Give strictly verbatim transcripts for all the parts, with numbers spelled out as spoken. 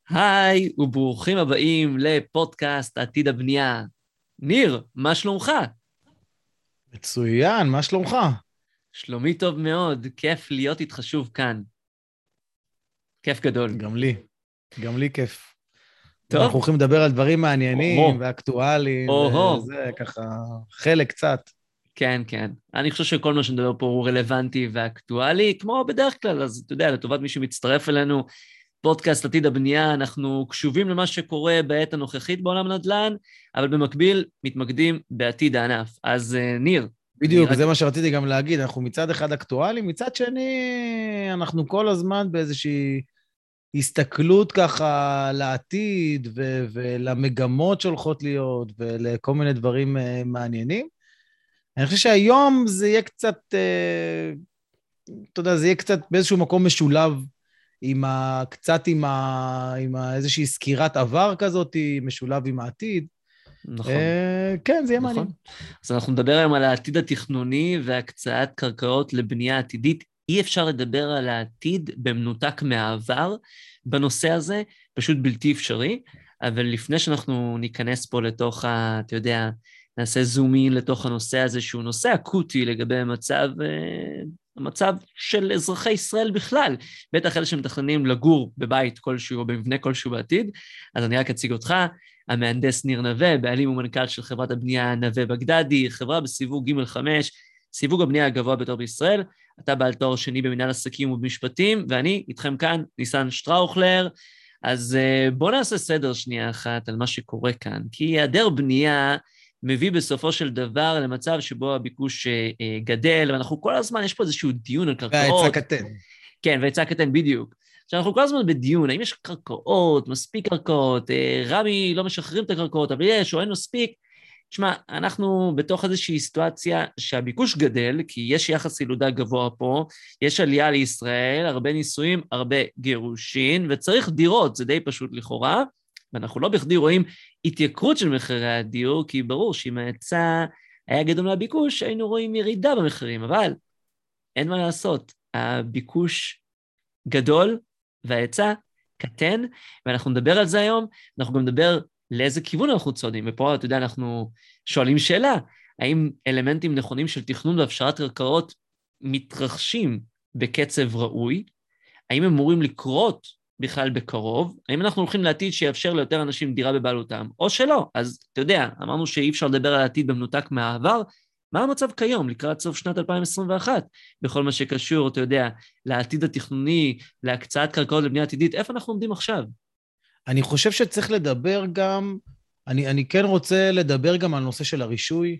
היי, וברוכים הבאים לפודקאסט עתיד הבנייה. ניר, מה שלומך? מצוין, מה שלומך? שלומי טוב מאוד, כיף להיות איתך שוב כאן. כיף גדול. גם לי, גם לי כיף. אנחנו טוב? הולכים לדבר על דברים מעניינים או-הו, ואקטואליים, או-הו. וזה ככה חלק קצת. כן, כן. אני חושב שכל מה שנדבר פה הוא רלוונטי ואקטואלי, כמו בדרך כלל, אז אתה יודע, לטובת מי שמצטרף אלינו, פודקאסט עתיד הבנייה, אנחנו קשובים למה שקורה בעת הנוכחית בעולם הנדל"ן, אבל במקביל מתמקדים בעתיד הענף. אז uh, ניר, אני בדיוק, רק... זה מה שרציתי גם להגיד, אנחנו מצד אחד אקטואליים, מצד שני, אנחנו כל הזמן באיזושהי הסתכלות ככה לעתיד ו- ולמגמות שהולכות להיות ולכל מיני דברים אה, מעניינים. אני חושב שהיום זה יהיה קצת, אה, אתה יודע, זה יהיה קצת באיזשהו מקום משולב עם ה... קצת עם ה... עם ה... איזושהי סקירת עבר כזאת, משולב עם העתיד. נכון. אה, כן, זה יהיה מעניין. נכון. אז אנחנו נדבר היום על העתיד התכנוני והקצאת קרקעות לבנייה עתידית. אי אפשר לדבר על העתיד במנותק מהעבר בנושא הזה, פשוט בלתי אפשרי. אבל לפני שאנחנו ניכנס פה לתוך ה... אתה יודע, נעשה זום אין לתוך הנושא הזה, שהוא נושא אקוטי לגבי המצב, אה, המצב של אזרחי ישראל בכלל, בטח אלה שמתכננים לגור בבית כלשהו או במבנה כלשהו בעתיד, אז אני רק אציג אותך. המהנדס ניר נווה, בעלים ומנכ"ל של חברת הבנייה נווה בגדדי, חברה בסיווג ג' חמש, סיווג הבנייה הגבוה ביותר בישראל. אתה בעל תואר שני במנהל עסקים ובמשפטים, ואני איתכם כאן, ניסן שטראוכלר. אז בואו נעשה סדר שנייה אחת על מה שקורה כאן, כי היעדר בנייה מביא בסופו של דבר למצב שבו הביקוש גדל, ואנחנו כל הזמן, יש פה איזשהו דיון על וההיצע קרקעות. קטן. כן, והיצע קטן בדיוק. עכשיו, אנחנו כל הזמן בדיון, האם יש קרקעות, מספיק קרקעות, רמי לא משחררים את הקרקעות, אבל יש או אין מספיק. תשמע, אנחנו בתוך איזושהי סיטואציה שהביקוש גדל, כי יש יחס ילודה גבוה פה, יש עלייה לישראל, הרבה נישואים, הרבה גירושין, וצריך דירות, זה די פשוט לכאורה, ואנחנו לא בכדי רואים התייקרות של מחירי הדיור, כי ברור שאם ההיצע היה גדול מהביקוש, היינו רואים ירידה במחירים, אבל אין מה לעשות, הביקוש גדול וההיצע קטן, ואנחנו נדבר על זה היום, אנחנו גם נדבר לאיזה כיוון אנחנו צועדים, ופה, אתה יודע, אנחנו שואלים שאלה, האם אלמנטים נכונים של תכנון והפשרת קרקעות מתרחשים בקצב ראוי? האם הם אמורים לקרות בכלל בקרוב? האם אנחנו הולכים לעתיד שיאפשר ליותר אנשים דירה בבעלותם, או שלא? אז אתה יודע, אמרנו שאי אפשר לדבר על העתיד במנותק מהעבר, מה המצב כיום, לקראת סוף שנת אלפיים עשרים ואחת, בכל מה שקשור, אתה יודע, לעתיד התכנוני, להקצאת קרקעות לבנייה עתידית, איפה אנחנו עומדים עכשיו? אני חושב שצריך לדבר גם, אני, אני כן רוצה לדבר גם על נושא של הרישוי,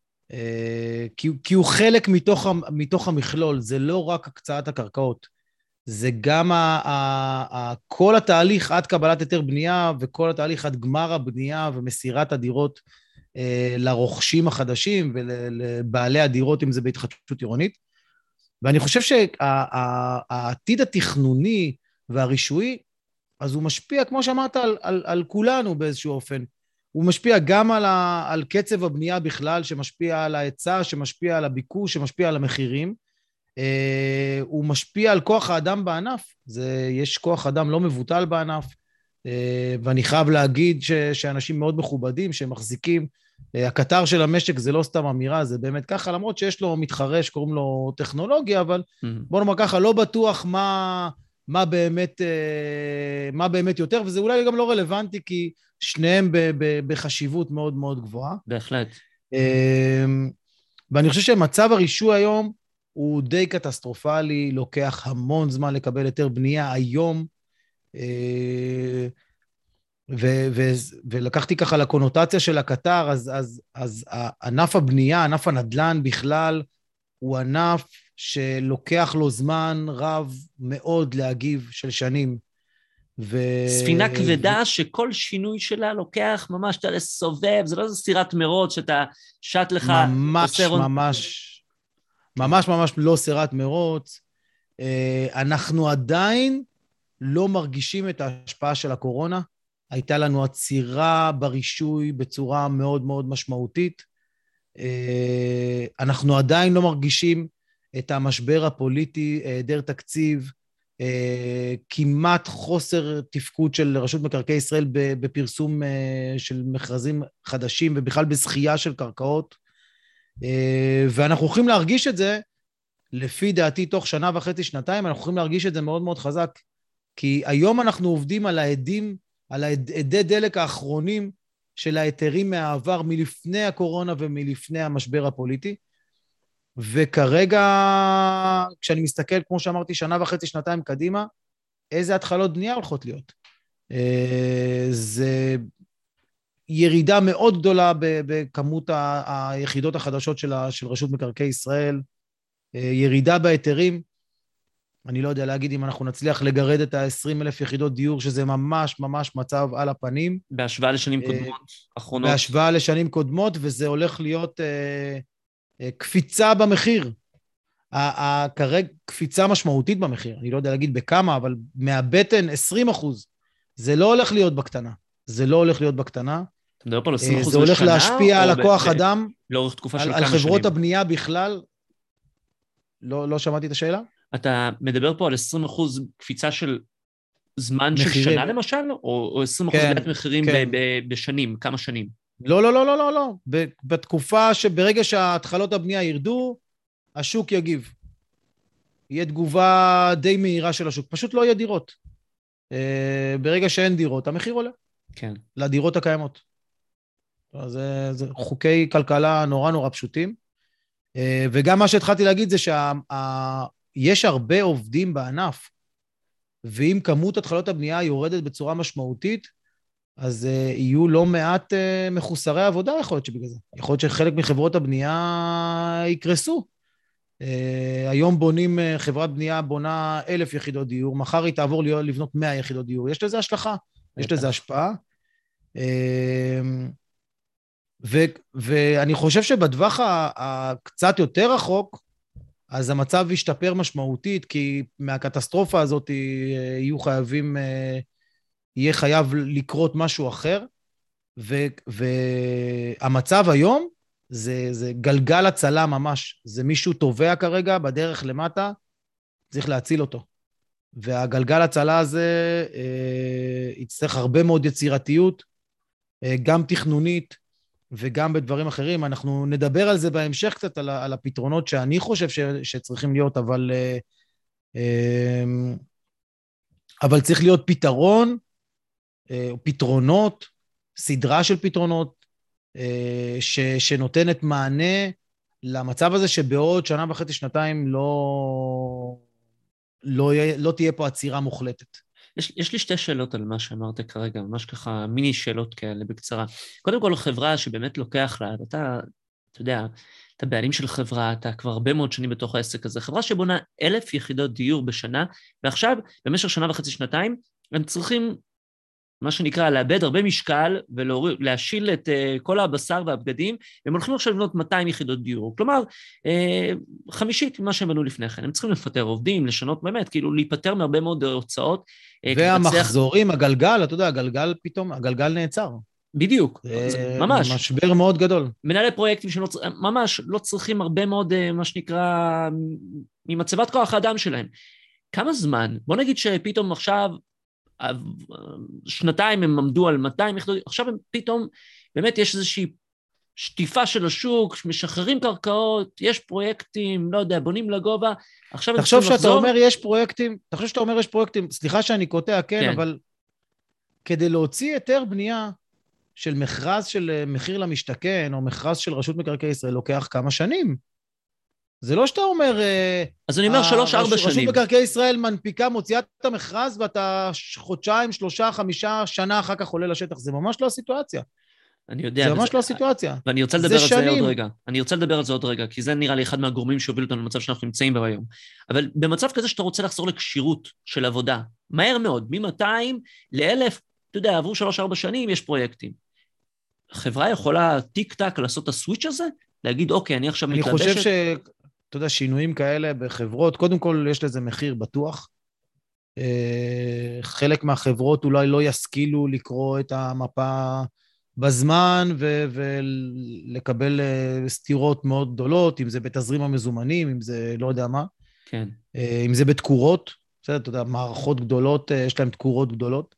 אה, כי, כי הוא חלק מתוך, ה- מתוך המכלול, זה לא רק הקצאת הקרקעות, זה גם ה, ה, ה, כל התהליך עד קבלת היתר בנייה, וכל התהליך עד גמר הבנייה ומסירת הדירות אה, לרוכשים החדשים ולבעלי הדירות, אם זה בהתחדשות עירונית. ואני חושב שהעתיד התכנוני והרישויי, אז הוא משפיע, כמו שאמרת, על, על, על כולנו באיזשהו אופן. הוא משפיע גם על, ה, על קצב הבנייה בכלל, שמשפיע על ההיצע, שמשפיע על הביקוש, שמשפיע על המחירים. אה, הוא משפיע על כוח האדם בענף. זה, יש כוח אדם לא מבוטל בענף, אה, ואני חייב להגיד ש, שאנשים מאוד מכובדים, שמחזיקים, אה, הקטר של המשק זה לא סתם אמירה, זה באמת ככה, למרות שיש לו מתחרה שקוראים לו טכנולוגיה, אבל בוא נאמר ככה, לא בטוח מה... מה באמת, מה באמת יותר, וזה אולי גם לא רלוונטי, כי שניהם בחשיבות מאוד מאוד גבוהה. בהחלט. ואני חושב שמצב הרישוי היום הוא די קטסטרופלי, לוקח המון זמן לקבל היתר בנייה היום, ו- ו- ולקחתי ככה לקונוטציה של הקטר, אז, אז, אז ענף הבנייה, ענף הנדל"ן בכלל, הוא ענף שלוקח לו זמן רב מאוד להגיב, של שנים. ו... ספינה כבדה שכל שינוי שלה לוקח ממש, אתה לסובב, זה לא איזה סירת מרוץ שאתה שט לך, עושה ממש, רון... ממש, כן. ממש ממש לא סירת מרוץ. אנחנו עדיין לא מרגישים את ההשפעה של הקורונה. הייתה לנו עצירה ברישוי בצורה מאוד מאוד משמעותית. אנחנו עדיין לא מרגישים את המשבר הפוליטי, היעדר תקציב, כמעט חוסר תפקוד של רשות מקרקעי ישראל בפרסום של מכרזים חדשים, ובכלל בזכייה של קרקעות, ואנחנו הולכים להרגיש את זה, לפי דעתי תוך שנה וחצי, שנתיים, אנחנו הולכים להרגיש את זה מאוד מאוד חזק, כי היום אנחנו עובדים על העדים, על העדי דלק האחרונים של ההיתרים מהעבר, מלפני הקורונה ומלפני המשבר הפוליטי, וכרגע, כשאני מסתכל, כמו שאמרתי, שנה וחצי, שנתיים קדימה, איזה התחלות בנייה הולכות להיות? זה ירידה מאוד גדולה בכמות היחידות החדשות של רשות מקרקעי ישראל, ירידה בהיתרים, אני לא יודע להגיד אם אנחנו נצליח לגרד את ה-עשרים אלף יחידות דיור, שזה ממש ממש מצב על הפנים. בהשוואה לשנים קודמות, אחרונות. בהשוואה לשנים קודמות, וזה הולך להיות קפיצה במחיר. כרגע קפיצה משמעותית במחיר, אני לא יודע להגיד בכמה, אבל מהבטן עשרים אחוז, זה לא הולך להיות בקטנה. זה לא הולך להיות בקטנה. אתה מדבר פה על עשרים אחוז בשנה? זה הולך להשפיע על הכוח אדם, לאורך תקופה של כמה על שנים. חברות הבנייה בכלל. לא, לא שמעתי את השאלה? אתה מדבר פה על עשרים אחוז קפיצה של זמן של שנה למשל, או עשרים אחוז עליית מחירים בשנים, כמה שנים? לא, לא, לא, לא, לא, לא. בתקופה שברגע שההתחלות הבנייה ירדו, השוק יגיב. יהיה תגובה די מהירה של השוק. פשוט לא יהיה דירות. ברגע שאין דירות, המחיר עולה. כן. לדירות הקיימות. זה, זה חוקי כלכלה נורא נורא פשוטים. וגם מה שהתחלתי להגיד זה שיש הרבה עובדים בענף, ואם כמות התחלות הבנייה יורדת בצורה משמעותית, אז יהיו לא מעט מחוסרי עבודה, יכול להיות שבגלל זה. יכול להיות שחלק מחברות הבנייה יקרסו. היום בונים, חברת בנייה בונה אלף יחידות דיור, מחר היא תעבור לבנות מאה יחידות דיור. יש לזה השלכה, יש לזה השפעה. ו- ואני חושב שבדווח הקצת יותר רחוק, אז המצב ישתפר משמעותית, כי מהקטסטרופה הזאת יהיו חייבים, יהיה חייב לקרות משהו אחר, ו- והמצב היום זה, זה גלגל הצלה ממש, זה מישהו טובע כרגע בדרך למטה, צריך להציל אותו. והגלגל הצלה הזה אה, יצטרך הרבה מאוד יצירתיות, אה, גם תכנונית, וגם בדברים אחרים. אנחנו נדבר על זה בהמשך קצת, על, על הפתרונות שאני חושב ש, שצריכים להיות, אבל, אבל צריך להיות פתרון, פתרונות, סדרה של פתרונות, ש, שנותנת מענה למצב הזה שבעוד שנה וחצי, שנתיים לא, לא, לא תהיה פה עצירה מוחלטת. יש, יש לי שתי שאלות על מה שאמרת כרגע, ממש ככה מיני שאלות כאלה בקצרה. קודם כל, חברה שבאמת לוקח לה, אתה, אתה יודע, אתה בעלים של חברה, אתה כבר הרבה מאוד שנים בתוך העסק הזה, חברה שבונה אלף יחידות דיור בשנה, ועכשיו, במשך שנה וחצי שנתיים, הם צריכים, מה שנקרא, לאבד הרבה משקל, ולהשיל את uh, כל הבשר והבגדים, והם הולכים עכשיו לבנות מאתיים יחידות דיור. כלומר, uh, חמישית ממה שהם בנו לפני כן. הם צריכים לפטר עובדים, לשנות באמת, כאילו להיפטר מהרבה מאוד הוצאות. והמחזורים, כתצליח... הגלגל, אתה יודע, הגלגל פתאום, הגלגל נעצר. בדיוק, זה ממש. משבר מאוד גדול. מנהלי פרויקטים שלא, ממש לא צריכים הרבה מאוד, מה שנקרא, ממצבת כוח האדם שלהם. כמה זמן? בוא נגיד שפתאום עכשיו, שנתיים הם עמדו על מאתיים יחידות, עכשיו הם פתאום, באמת יש איזושהי שטיפה של השוק, משחררים קרקעות, יש פרויקטים, לא יודע, בונים לגובה, עכשיו הם צריכים לחזור. תחשוב שאתה אומר יש פרויקטים, תחשוב שאתה אומר יש פרויקטים, סליחה שאני קוטע, כן, כן. אבל כדי להוציא היתר בנייה של מכרז של מחיר למשתכן, או מכרז של רשות מקרקעי ישראל, לוקח כמה שנים. זה לא שאתה אומר... אז אני אומר שלוש, ארבע שנים. רשות מקרקעי ישראל מנפיקה, מוציאה את המכרז, ואתה חודשיים, שלושה, חמישה, שנה אחר כך עולה לשטח. זה ממש לא הסיטואציה. אני יודע. זה ממש לא הסיטואציה. ואני רוצה לדבר על זה עוד רגע. אני רוצה לדבר על זה עוד רגע, כי זה נראה לי אחד מהגורמים שהובילו אותנו למצב שאנחנו נמצאים בו היום. אבל במצב כזה שאתה רוצה לחזור לקשירות של עבודה, מהר מאוד, מ-מאתיים ל-אלף, אתה יודע, עברו שלוש, ארבע שנים, יש פרויקטים. חברה יכולה טיק-טק לעשות את הסוויץ' הזה? להגיד, אוקיי, אני עכשיו מתלבשת. אני חושב ש... אתה יודע, שינויים כאלה בחברות, קודם כל יש לזה מחיר בטוח. חלק מהחברות אולי לא ישכילו לקרוא את המפה בזמן ו- ולקבל סתירות מאוד גדולות, אם זה בתזרים המזומנים, אם זה לא יודע מה. כן. אם זה בתקורות. בסדר, אתה יודע, מערכות גדולות, יש להם תקורות גדולות.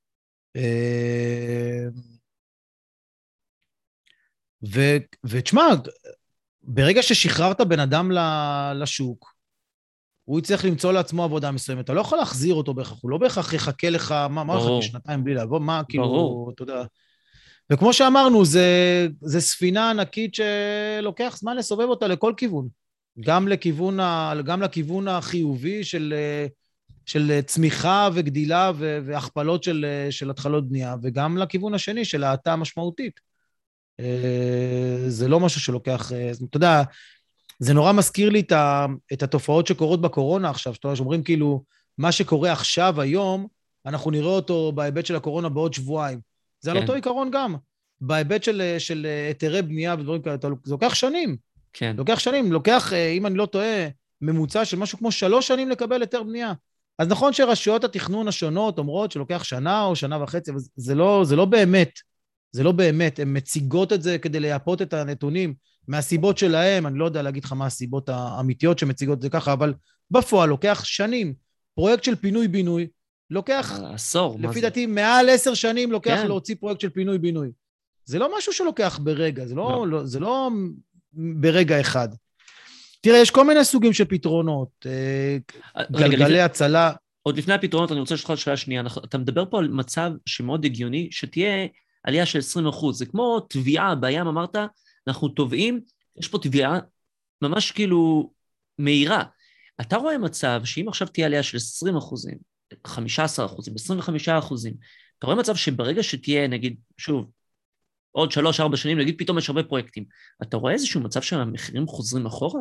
ו, ותשמע, ברגע ששחררת בן אדם לשוק, הוא יצטרך למצוא לעצמו עבודה מסוימת, אתה לא יכול להחזיר אותו בהכרח, הוא לא בהכרח יחכה לך, מה, מה לך כשנתיים בלי לעבוד, מה, כאילו, אתה יודע. וכמו שאמרנו, זה, זה ספינה ענקית שלוקח זמן לסובב אותה לכל כיוון, גם לכיוון, ה, גם לכיוון החיובי של, של צמיחה וגדילה והכפלות של, של התחלות בנייה, וגם לכיוון השני של האטה המשמעותית. זה לא משהו שלוקח, אתה יודע, זה נורא מזכיר לי את התופעות שקורות בקורונה עכשיו, שאומרים כאילו, מה שקורה עכשיו, היום, אנחנו נראה אותו בהיבט של הקורונה בעוד שבועיים. זה על אותו עיקרון גם. בהיבט של היתרי בנייה ודברים כאלה, זה לוקח שנים. כן. לוקח שנים, לוקח, אם אני לא טועה, ממוצע של משהו כמו שלוש שנים לקבל היתר בנייה. אז נכון שרשויות התכנון השונות אומרות שלוקח שנה או שנה וחצי, אבל זה לא, זה לא באמת. זה לא באמת, הן מציגות את זה כדי לייפות את הנתונים מהסיבות שלהם, אני לא יודע להגיד לך מה הסיבות האמיתיות שמציגות את זה ככה, אבל בפועל לוקח שנים. פרויקט של פינוי-בינוי, לוקח, עשור, לפי דעתי, מעל עשר שנים לוקח כן. להוציא פרויקט של פינוי-בינוי. זה לא משהו שלוקח ברגע, זה לא, לא. זה לא ברגע אחד. תראה, יש כל מיני סוגים של פתרונות, גלגלי הצלה. עוד לפני הפתרונות, אני רוצה לשאול לך שאלה שנייה, אתה מדבר פה על מצב שמאוד הגיוני, שתהיה עלייה של עשרים אחוז, זה כמו תביעה בים, אמרת, אנחנו תובעים, יש פה תביעה ממש כאילו מהירה. אתה רואה מצב שאם עכשיו תהיה עלייה של עשרים אחוזים, חמישה עשר אחוזים, עשרים וחמישה אחוזים, אתה רואה מצב שברגע שתהיה, נגיד, שוב, עוד שלוש, ארבע שנים, נגיד פתאום יש הרבה פרויקטים, אתה רואה איזשהו מצב שהמחירים חוזרים אחורה?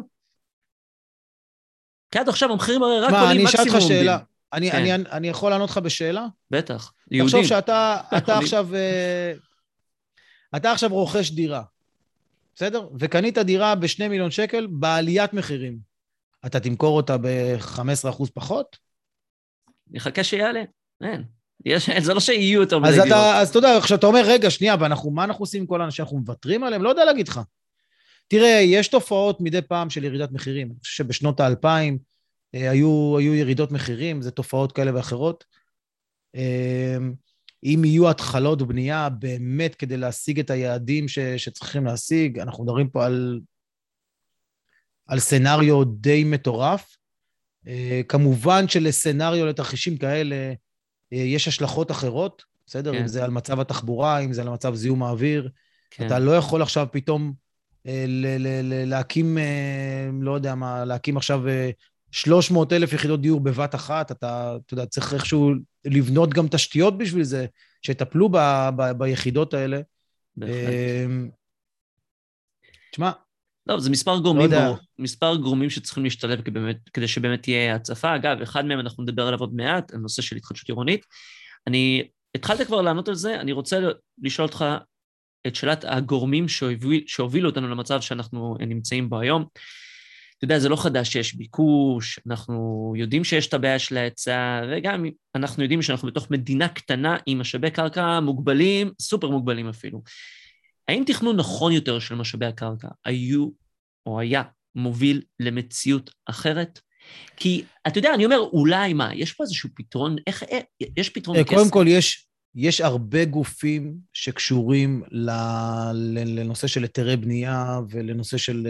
כי עד עכשיו המחירים הרי רק עולים מקסימום. אני אשאל לך שאלה, אני, כן. אני, אני יכול לענות לך בשאלה? בטח, יהודים. תחשוב שאתה אתה עכשיו, אתה עכשיו רוכש דירה, בסדר? וקנית דירה בשני מיליון שקל בעליית מחירים. אתה תמכור אותה ב-חמישה עשר אחוז פחות? נחכה שיעלה, אין. יש, זה לא שיהיו יותר מדי דירות. אז אתה יודע, כשאתה אומר, רגע, שנייה, ואנחנו, מה אנחנו עושים עם כל האנשים? אנחנו מוותרים עליהם? לא יודע להגיד לך. תראה, יש תופעות מדי פעם של ירידת מחירים. אני חושב שבשנות האלפיים היו, היו ירידות מחירים, זה תופעות כאלה ואחרות. אם יהיו התחלות בנייה באמת כדי להשיג את היעדים ש, שצריכים להשיג, אנחנו מדברים פה על, על סנריו די מטורף. כמובן שלסנריו לתרחישים כאלה יש השלכות אחרות, בסדר? כן. אם זה על מצב התחבורה, אם זה על מצב זיהום האוויר. כן. אתה לא יכול עכשיו פתאום ל- ל- ל- להקים, לא יודע מה, להקים עכשיו שלוש מאות אלף יחידות דיור בבת אחת, אתה, אתה יודע, צריך איכשהו לבנות גם תשתיות בשביל זה, שטפלו ב, ב, ביחידות האלה. תשמע, לא, זה מספר גורמים, לא מספר גורמים שצריכים להשתלב כבאמת, כדי שבאמת תהיה הצפה. אגב, אחד מהם אנחנו נדבר עליו עוד מעט, הנושא של התחדשות עירונית. אני התחלתי כבר לענות על זה, אני רוצה לשאול אותך את שאלת הגורמים שהוביל, שהובילו אותנו למצב שאנחנו נמצאים בו היום. אתה יודע, זה לא חדש שיש ביקוש, אנחנו יודעים שיש את הבעיה של ההיצע, וגם אנחנו יודעים שאנחנו בתוך מדינה קטנה עם משאבי קרקע מוגבלים, סופר מוגבלים אפילו. האם תכנון נכון יותר של משאבי הקרקע היו או היה מוביל למציאות אחרת? כי אתה יודע, אני אומר, אולי מה, יש פה איזשהו פתרון, איך, יש פתרון כסף? קודם כל, יש, יש הרבה גופים שקשורים לנושא של היתרי בנייה ולנושא של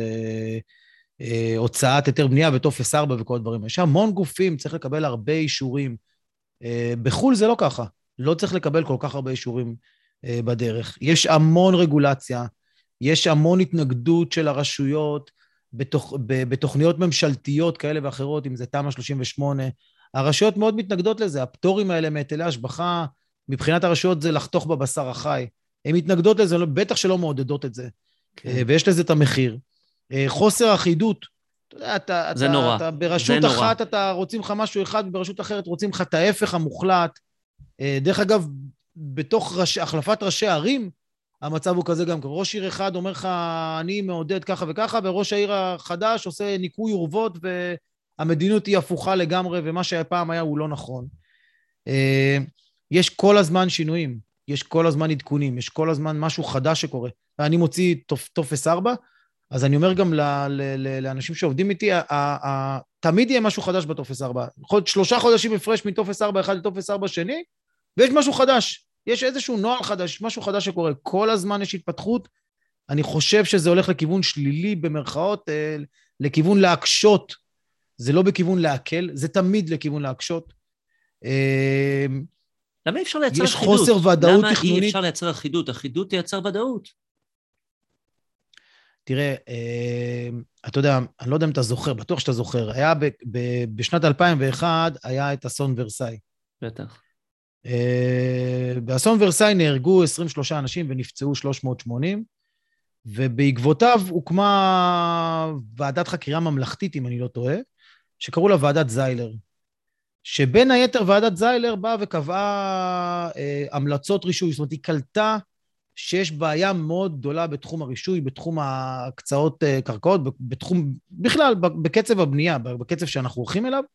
הוצאת היתר בנייה וטופס ארבע וכל הדברים. יש המון גופים, צריך לקבל הרבה אישורים. בחול זה לא ככה, לא צריך לקבל כל כך הרבה אישורים בדרך. יש המון רגולציה, יש המון התנגדות של הרשויות בתוכ... בתוכניות ממשלתיות כאלה ואחרות, אם זה תמ"א שלושים ושמונה. הרשויות מאוד מתנגדות לזה, הפטורים האלה מהיטלי השבחה, מבחינת הרשויות זה לחתוך בבשר החי. הן מתנגדות לזה, בטח שלא מעודדות את זה. כן. ויש לזה את המחיר. חוסר אחידות. אתה יודע, אתה, זה אתה, נורא. אתה ברשות זה אחת נורא. אתה רוצים לך משהו אחד, ברשות אחרת רוצים לך את ההפך המוחלט. דרך אגב, בתוך ראש, החלפת ראשי הערים, המצב הוא כזה גם, ראש עיר אחד אומר לך, אני מעודד ככה וככה, וראש העיר החדש עושה ניקוי אורוות, והמדיניות היא הפוכה לגמרי, ומה שהפעם היה הוא לא נכון. יש כל הזמן שינויים, יש כל הזמן עדכונים, יש כל הזמן משהו חדש שקורה. אני מוציא טופס ארבע, אז אני אומר גם ל, ל, ל, לאנשים שעובדים איתי, ה, ה, ה, תמיד יהיה משהו חדש בטופס ארבע. חוד, שלושה חודשים הפרש מטופס ארבע אחד לטופס ארבע שני, ויש משהו חדש. יש איזשהו נוהל חדש, משהו חדש שקורה. כל הזמן יש התפתחות. אני חושב שזה הולך לכיוון שלילי במרכאות, אה, לכיוון להקשות. זה לא בכיוון להקל, זה תמיד לכיוון להקשות. אה, למה אי אפשר לייצר יש אחידות? חוסר ודאות למה תכנונית. אי אפשר לייצר אחידות? אחידות תייצר ודאות. תראה, אה, אתה יודע, אני לא יודע אם אתה זוכר, בטוח שאתה זוכר, היה ב, ב, בשנת אלפיים ואחת, היה את אסון ורסאי. בטח. אה, באסון ורסאי נהרגו עשרים ושלושה אנשים ונפצעו שלוש מאות ושמונים, ובעקבותיו הוקמה ועדת חקירה ממלכתית, אם אני לא טועה, שקראו לה ועדת זיילר. שבין היתר ועדת זיילר באה וקבעה אה, המלצות רישוי, זאת אומרת, היא קלטה שיש בעיה מאוד גדולה בתחום הרישוי, בתחום ההקצאות אה, קרקעות, בתחום, בכלל, בקצב הבנייה, בקצב שאנחנו הולכים אליו.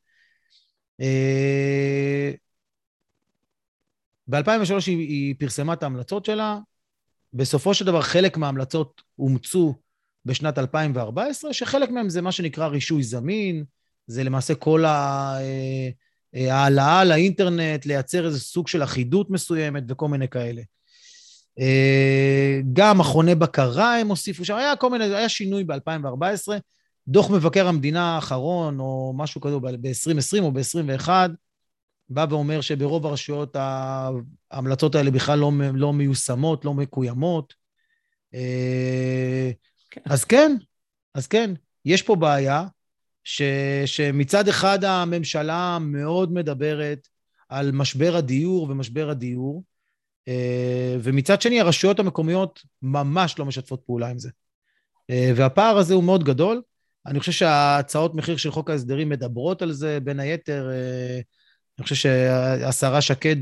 אה, ב-אלפיים ושלוש היא, היא פרסמה את ההמלצות שלה, בסופו של דבר חלק מההמלצות אומצו בשנת אלפיים וארבע עשרה, שחלק מהם זה מה שנקרא רישוי זמין, זה למעשה כל ה... אה, העלאה לאינטרנט, לייצר איזה סוג של אחידות מסוימת וכל מיני כאלה. גם מכוני בקרה הם הוסיפו שם, היה כל מיני, היה שינוי ב-אלפיים וארבע עשרה, דוח מבקר המדינה האחרון, או משהו כזה ב-עשרים עשרים או ב-עשרים ואחת, בא ואומר שברוב הרשויות ההמלצות האלה בכלל לא, לא מיושמות, לא מקוימות. אז כן, אז כן, יש פה בעיה, ש, שמצד אחד הממשלה מאוד מדברת על משבר הדיור ומשבר הדיור, ומצד שני הרשויות המקומיות ממש לא משתפות פעולה עם זה. והפער הזה הוא מאוד גדול. אני חושב שההצעות מחיר של חוק ההסדרים מדברות על זה, בין היתר, אני חושב שהשרה שקד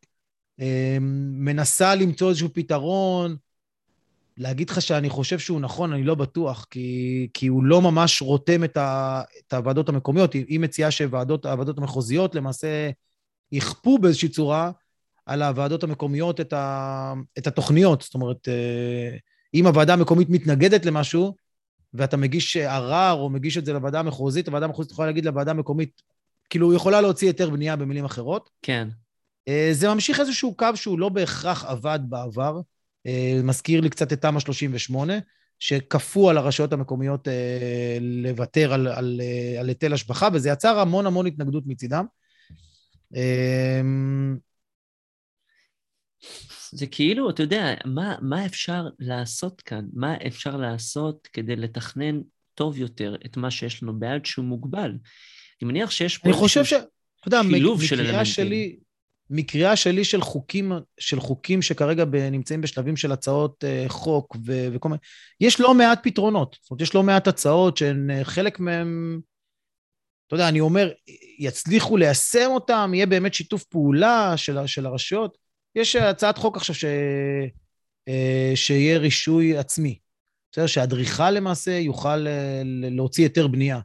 מנסה למצוא איזשהו פתרון, להגיד לך שאני חושב שהוא נכון, אני לא בטוח, כי, כי הוא לא ממש רותם את, ה, את הוועדות המקומיות. היא מציעה שהוועדות הוועדות המחוזיות למעשה יכפו באיזושהי צורה על הוועדות המקומיות את, ה, את התוכניות. זאת אומרת, אם הוועדה המקומית מתנגדת למשהו, ואתה מגיש ערר או מגיש את זה לוועדה המחוזית, הוועדה המחוזית יכולה להגיד לוועדה המקומית, כאילו היא יכולה להוציא יותר בנייה במילים אחרות. כן. זה ממשיך איזשהו קו שהוא לא בהכרח עבד בעבר, מזכיר לי קצת את תמ"א שלושים ושמונה, שכפו על הרשויות המקומיות לוותר על, על, על היטל השבחה, וזה יצר המון המון התנגדות מצידם. זה כאילו, אתה יודע, מה, מה אפשר לעשות כאן? מה אפשר לעשות כדי לתכנן טוב יותר את מה שיש לנו ביד שהוא מוגבל? אני מניח שיש פה... אני חושב ש... אתה יודע, שילוב של אלמנטים. שלי... מקריאה שלי של חוקים, של חוקים שכרגע נמצאים בשלבים של הצעות חוק ו- וכל מיני, יש לא מעט פתרונות, זאת אומרת, יש לא מעט הצעות שהן חלק מהם, אתה יודע, אני אומר, יצליחו ליישם אותם, יהיה באמת שיתוף פעולה של, של הרשויות. יש הצעת חוק עכשיו ש, שיהיה רישוי עצמי, בסדר? שהאדריכל למעשה יוכל להוציא יותר בנייה.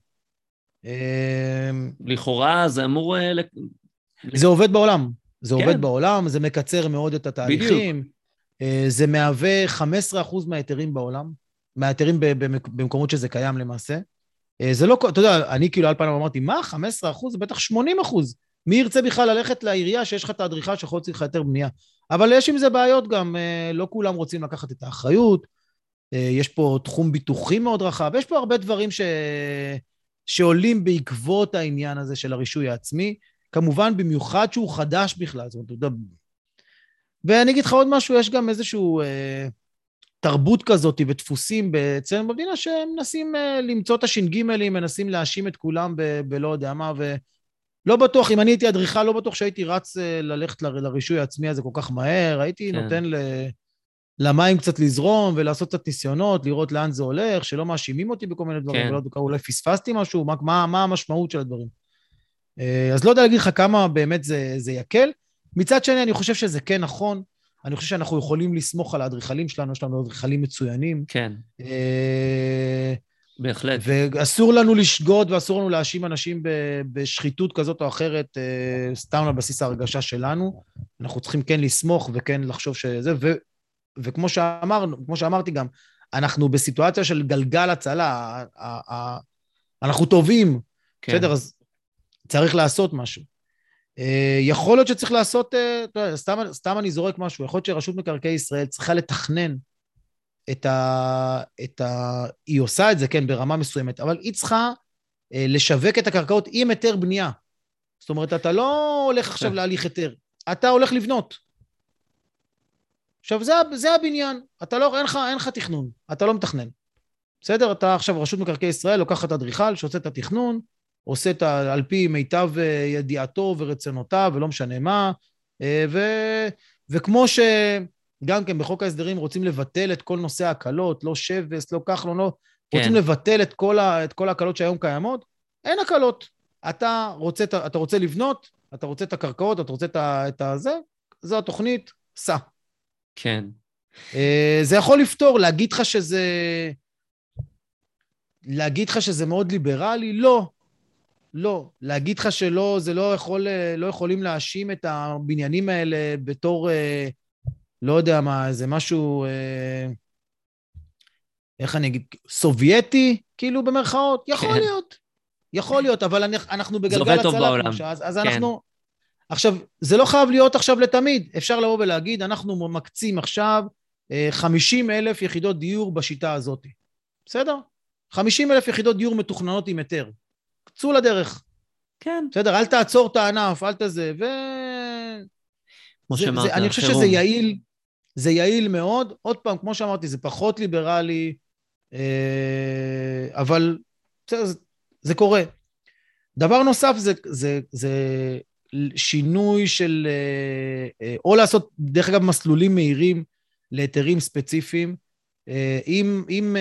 לכאורה זה אמור... זה עובד בעולם. זה כן. עובד בעולם, זה מקצר מאוד את התהליכים. בדיוק. זה מהווה חמישה עשר אחוז מהיתרים בעולם, מהיתרים במקומות שזה קיים למעשה. זה לא, אתה יודע, אני כאילו על פעם אמרתי, מה? חמישה עשר אחוז? זה בטח שמונים אחוז. מי ירצה בכלל ללכת לעירייה שיש לך את האדריכל שיכול להוציא לך יותר בנייה? אבל יש עם זה בעיות גם, לא כולם רוצים לקחת את האחריות, יש פה תחום ביטוחי מאוד רחב, יש פה הרבה דברים ש... שעולים בעקבות העניין הזה של הרישוי העצמי, כמובן במיוחד שהוא חדש בכלל, זאת אומרת, אתה יודע, ואני אגיד לך עוד משהו, יש גם איזשהו אה, תרבות כזאת ודפוסים אצלנו במדינה, שהם מנסים אה, למצוא את השינגימלים, מנסים להאשים את כולם ב- בלא יודע מה, ולא בטוח, אם אני הייתי אדריכל, לא בטוח שהייתי רץ אה, ללכת ל- לרישוי העצמי הזה כל כך מהר, הייתי כן. נותן ל- למים קצת לזרום, ולעשות קצת ניסיונות, לראות לאן זה הולך, שלא מאשימים אותי בכל מיני דברים, כן. ולא אולי פספסתי משהו, מה, מה, מה המשמעות של הדברים. אז לא יודע להגיד לך כמה באמת זה, זה יקל. מצד שני, אני חושב שזה כן נכון. אני חושב שאנחנו יכולים לסמוך על האדריכלים שלנו, יש לנו אדריכלים מצוינים. כן. בהחלט. ואסור לנו לשגות, ואסור לנו להאשים אנשים בשחיתות כזאת או אחרת, סתם על בסיס ההרגשה שלנו. אנחנו צריכים כן לסמוך וכן לחשוב שזה, ו, וכמו שאמרנו, כמו שאמרתי גם, אנחנו בסיטואציה של גלגל הצלה, אנחנו טובים, כן. בסדר, אז צריך לעשות משהו. יכול להיות שצריך לעשות, סתם, סתם אני זורק משהו, יכול להיות שרשות מקרקעי ישראל צריכה לתכנן את ה... את ה... היא עושה את זה, כן, ברמה מסוימת, אבל היא צריכה לשווק את הקרקעות עם היתר בנייה. זאת אומרת, אתה לא הולך עכשיו להליך היתר, אתה הולך לבנות. עכשיו, זה, זה הבניין, אתה לא, אין לך, אין לך תכנון, אתה לא מתכנן. בסדר? אתה עכשיו, רשות מקרקעי ישראל, לוקחת את אדריכל, שעושה את התכנון, עושה את על פי מיטב ידיעתו ורצונותיו, ולא משנה מה, ו, וכמו שגם כן בחוק ההסדרים רוצים לבטל את כל נושא ההקלות, לא שבס, לא כחלון, לא, כן. רוצים לבטל את כל, ה, את כל ההקלות שהיום קיימות, אין הקלות. אתה רוצה, אתה רוצה לבנות, אתה רוצה את הקרקעות, אתה רוצה את הזה, זו התוכנית, סע. כן. זה יכול לפתור, להגיד לך שזה, להגיד לך שזה מאוד ליברלי? לא. לא. להגיד לך שלא, זה לא יכול, לא יכולים להאשים את הבניינים האלה בתור, לא יודע מה, זה משהו, איך אני אגיד, סובייטי, כאילו במרכאות? יכול כן. להיות. יכול להיות, אבל אנחנו בגלגל הצלה, כמו שאז, אז כן. אנחנו, עכשיו, זה לא חייב להיות עכשיו לתמיד, אפשר לבוא ולהגיד, אנחנו מקצים עכשיו חמישים אלף יחידות דיור בשיטה הזאת. בסדר? חמישים אלף יחידות דיור מתוכננות עם היתר. קצו לדרך. כן. בסדר? אל תעצור את הענף, אל תזה, ו... זה, זה, אני חושב שזה יעיל, זה יעיל מאוד. עוד פעם, כמו שאמרתי, זה פחות ליברלי, אבל זה, זה קורה. דבר נוסף זה, זה, זה שינוי של, או לעשות, דרך אגב, מסלולים מהירים להיתרים ספציפיים, עם, עם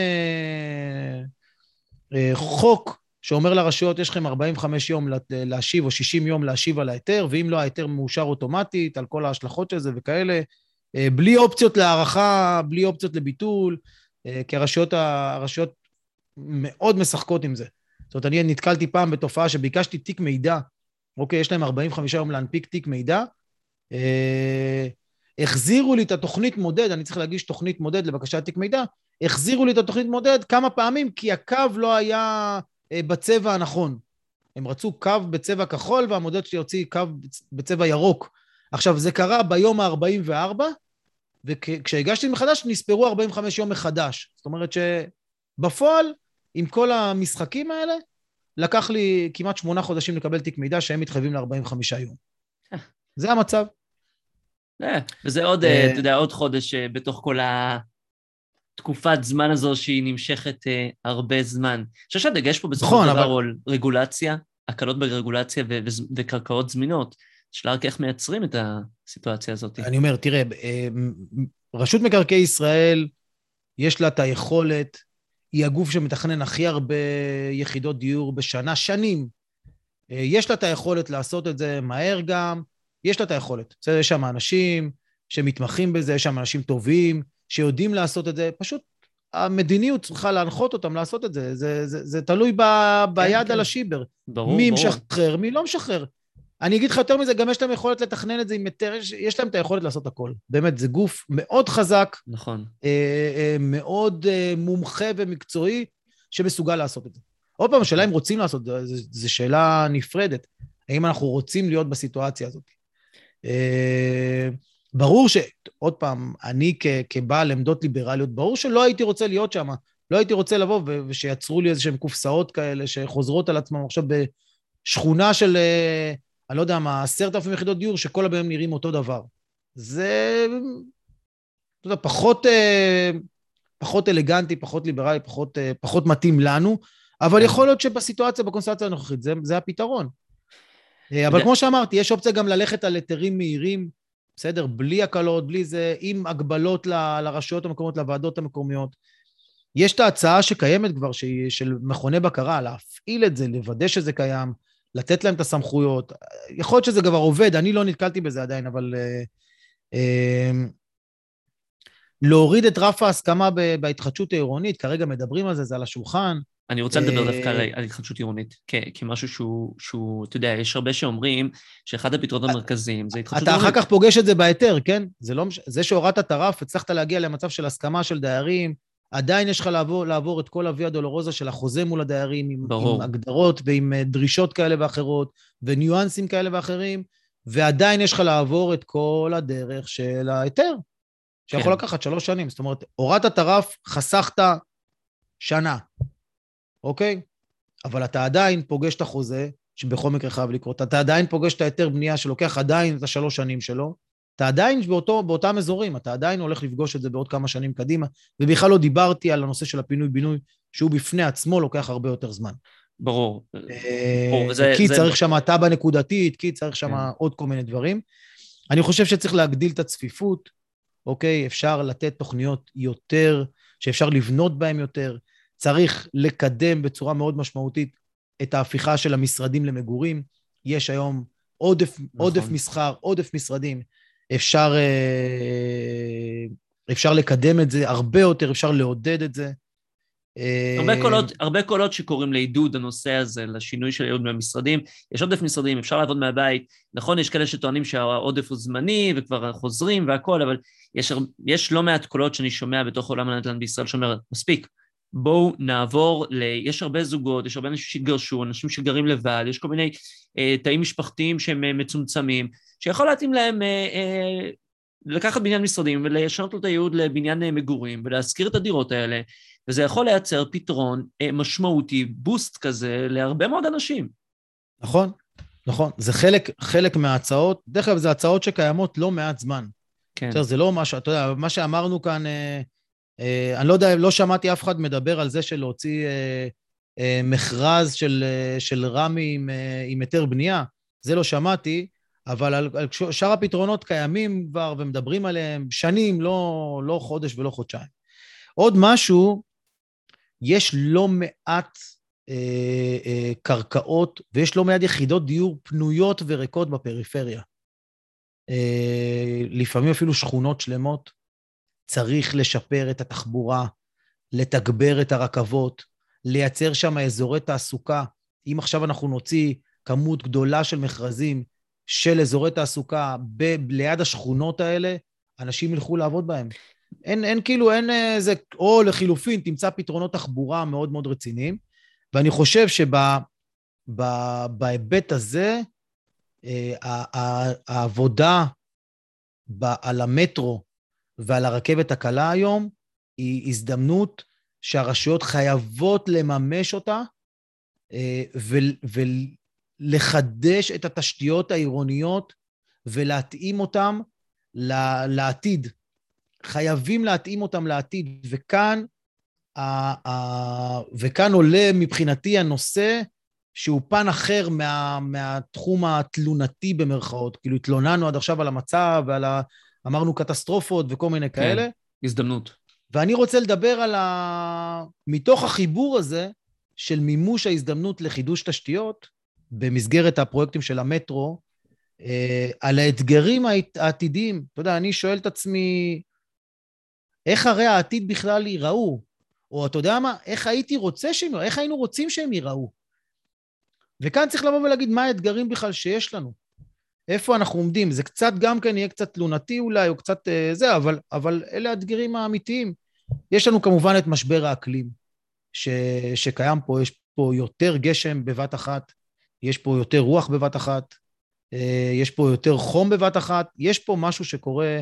חוק שאומר לרשויות, יש לכם ארבעים וחמישה יום להשיב, או שישים יום להשיב על ההיתר, ואם לא, ההיתר מאושר אוטומטית, על כל ההשלכות של זה וכאלה, בלי אופציות להערכה, בלי אופציות לביטול, כי הרשויות, הרשויות מאוד משחקות עם זה. זאת אומרת, אני נתקלתי פעם בתופעה שביקשתי תיק מידע, אוקיי, יש להם ארבעים וחמישה יום להנפיק תיק מידע, החזירו לי את התוכנית מודד, אני צריך להגיש תוכנית מודד לבקשת תיק מידע, החזירו לי את התוכנית מודד כמה פעמים, כי הקו לא היה בצבע הנכון. הם רצו קו בצבע כחול, והמודד שלי הוציא קו בצבע ירוק. עכשיו, זה קרה ביום ה-ארבעים וארבע, וכשהגשתי מחדש, נספרו ארבעים וחמישה יום מחדש. זאת אומרת שבפועל, עם כל המשחקים האלה, לקח לי כמעט שמונה חודשים לקבל תיק מידע, שהם מתחייבים ל-ארבעים וחמישה יום. זה המצב. וזה עוד, אתה יודע, עוד חודש בתוך כל התקופת זמן הזו שהיא נמשכת הרבה זמן. אני חושב שהדגש פה בסופו של דבר על רגולציה, הקלות ברגולציה וקרקעות זמינות. שאלה רק איך מייצרים את הסיטואציה הזאת. אני אומר, תראה, רשות מקרקעי ישראל, יש לה את היכולת, היא הגוף שמתכנן הכי הרבה יחידות דיור בשנה, שנים. יש לה את היכולת לעשות את זה מהר גם, יש לה את היכולת. יש שם אנשים שמתמחים בזה, יש שם אנשים טובים, שיודעים לעשות את זה, פשוט המדיניות צריכה להנחות אותם לעשות את זה, זה, זה, זה תלוי ב, ביד כן, על השיבר. ברור, מי ברור. משחרר, מי לא משחרר. אני אגיד לך יותר מזה, גם יש להם יכולת לתכנן את זה עם יותר, יש, יש להם את היכולת לעשות הכל. באמת, זה גוף מאוד חזק, נכון. אה, אה, מאוד אה, מומחה ומקצועי, שמסוגל לעשות את זה. עוד פעם, השאלה אם רוצים לעשות, זו שאלה נפרדת. האם אנחנו רוצים להיות בסיטואציה הזאת? אה, ברור ש... עוד פעם, אני כ, כבעל עמדות ליברליות, ברור שלא הייתי רוצה להיות שם, לא הייתי רוצה לבוא ו, ושיצרו לי איזשהם קופסאות כאלה, שחוזרות על עצמם עכשיו בשכונה של... אה, אני לא יודע מה, עשרת אלפים יחידות דיור, שכל הבאים נראים אותו דבר. זה, אתה יודע, פחות, פחות אלגנטי, פחות ליברלי, פחות, פחות מתאים לנו, אבל יכול להיות שבסיטואציה, בקונסטלציה הנוכחית, זה, זה הפתרון. אבל כמו שאמרתי, יש אופציה גם ללכת על היתרים מהירים, בסדר, בלי הקלות, בלי זה, עם הגבלות ל, לרשויות המקומיות, לוועדות המקומיות. יש את ההצעה שקיימת כבר, שהיא של מכוני בקרה, להפעיל את זה, לוודא שזה קיים, לתת להם את הסמכויות. יכול להיות שזה כבר עובד, אני לא נתקלתי בזה עדיין, אבל אה, אה, להוריד את רף ההסכמה בהתחדשות העירונית, כרגע מדברים על זה, זה על השולחן. אני רוצה לדבר דווקא על התחדשות עירונית, כמשהו שהוא, שהוא, אתה יודע, יש הרבה שאומרים שאחד הפתרונות המרכזיים זה התחדשות עירונית. אתה אחר כך פוגש את זה בהיתר, כן? זה לא, זה שהורדת את הרף, הצלחת להגיע למצב של הסכמה של דיירים, עדיין יש לך לעבור, לעבור את כל הוויה דולורוזה של החוזה מול הדיירים, עם, עם ברור. הגדרות ועם דרישות כאלה ואחרות, וניואנסים כאלה ואחרים, ועדיין יש לך לעבור את כל הדרך של ההיתר, שיכול כן. לקחת שלוש שנים. זאת אומרת, הורדת את הרף, חסכת שנה, אוקיי? אבל אתה עדיין פוגש את החוזה, שבכל מקרה חייב לקרות, אתה עדיין פוגש את ההיתר בנייה שלוקח עדיין את השלוש שנים שלו, אתה עדיין באותו, באותם אזורים, אתה עדיין הולך לפגוש את זה בעוד כמה שנים קדימה, ובכלל לא דיברתי על הנושא של הפינוי-בינוי, שהוא בפני עצמו לוקח הרבה יותר זמן. ברור. ברור. זה, כי זה... צריך שם טאבה נקודתית, כי צריך שם כן. עוד כל מיני דברים. אני חושב שצריך להגדיל את הצפיפות, אוקיי? אפשר לתת תוכניות יותר, שאפשר לבנות בהן יותר, צריך לקדם בצורה מאוד משמעותית את ההפיכה של המשרדים למגורים. יש היום עודף, נכון. עודף מסחר, עודף משרדים. אפשר, אפשר לקדם את זה הרבה יותר, אפשר לעודד את זה. הרבה קולות, הרבה קולות שקוראים לעידוד הנושא הזה, לשינוי של הייעוד מהמשרדים. יש עודף משרדים, אפשר לעבוד מהבית. נכון, יש כאלה שטוענים שהעודף הוא זמני וכבר חוזרים והכל, אבל יש, יש לא מעט קולות שאני שומע בתוך עולם הנדל"ן בישראל שאומר, מספיק, בואו נעבור ל... יש הרבה זוגות, יש הרבה אנשים שהתגרשו, אנשים שגרים לבד, יש כל מיני אה, תאים משפחתיים שהם אה, מצומצמים, שיכול להתאים להם אה, אה, לקחת בניין משרדים ולשנות לו את הייעוד לבניין אה, מגורים, ולהזכיר את הדירות האלה, וזה יכול לייצר פתרון אה, משמעותי, בוסט כזה, להרבה מאוד אנשים. נכון, נכון. זה חלק, חלק מההצעות, דרך כלל זה הצעות שקיימות לא מעט זמן. כן. בסדר, זה לא מה ש... אתה יודע, מה שאמרנו כאן... אה, Uh, אני לא יודע, לא שמעתי אף אחד מדבר על זה של להוציא uh, uh, מכרז של, uh, של רמי עם, uh, עם היתר בנייה, זה לא שמעתי, אבל על, על שאר הפתרונות קיימים כבר ומדברים עליהם שנים, לא, לא חודש ולא חודשיים. עוד משהו, יש לא מעט uh, uh, קרקעות, ויש לא מעט יחידות דיור פנויות וריקות בפריפריה. Uh, לפעמים אפילו שכונות שלמות, צריך לשפר את התחבורה, לתגבר את הרכבות, לייצר שם אזורי תעסוקה. אם עכשיו אנחנו נוציא כמות גדולה של מכרזים של אזורי תעסוקה ב- ליד השכונות האלה, אנשים ילכו לעבוד בהם. אין, אין כאילו, אין איזה, או לחילופין, תמצא פתרונות תחבורה מאוד מאוד רציניים, ואני חושב שבהיבט הזה, העבודה על המטרו, ועל הרכבת הקלה היום, היא הזדמנות שהרשויות חייבות לממש אותה, ולחדש את התשתיות העירוניות, ולהתאים אותם לעתיד. חייבים להתאים אותם לעתיד, וכאן, וכאן עולה מבחינתי הנושא, שהוא פן אחר מה, מהתחום התלונתי במרכאות, כאילו התלוננו עד עכשיו על המצב, ועל ה... אמרנו קטסטרופות וכל מיני כן, כאלה. הזדמנות. ואני רוצה לדבר על ה... מתוך החיבור הזה, של מימוש ההזדמנות לחידוש תשתיות, במסגרת הפרויקטים של המטרו, על האתגרים העתידיים. אתה יודע, אני שואל את עצמי, איך הרי העתיד בכלל ייראו? או אתה יודע מה, איך הייתי רוצה שהם ייראו? איך היינו רוצים שהם ייראו? וכאן צריך לבוא ולהגיד מה האתגרים בכלל שיש לנו. איפה אנחנו עומדים? זה קצת גם כן יהיה קצת תלונתי אולי, או קצת זה, אבל, אבל אלה האתגרים האמיתיים. יש לנו כמובן את משבר האקלים, ש, שקיים פה, יש פה יותר גשם בבת אחת, יש פה יותר רוח בבת אחת, יש פה יותר חום בבת אחת, יש פה משהו שקורה,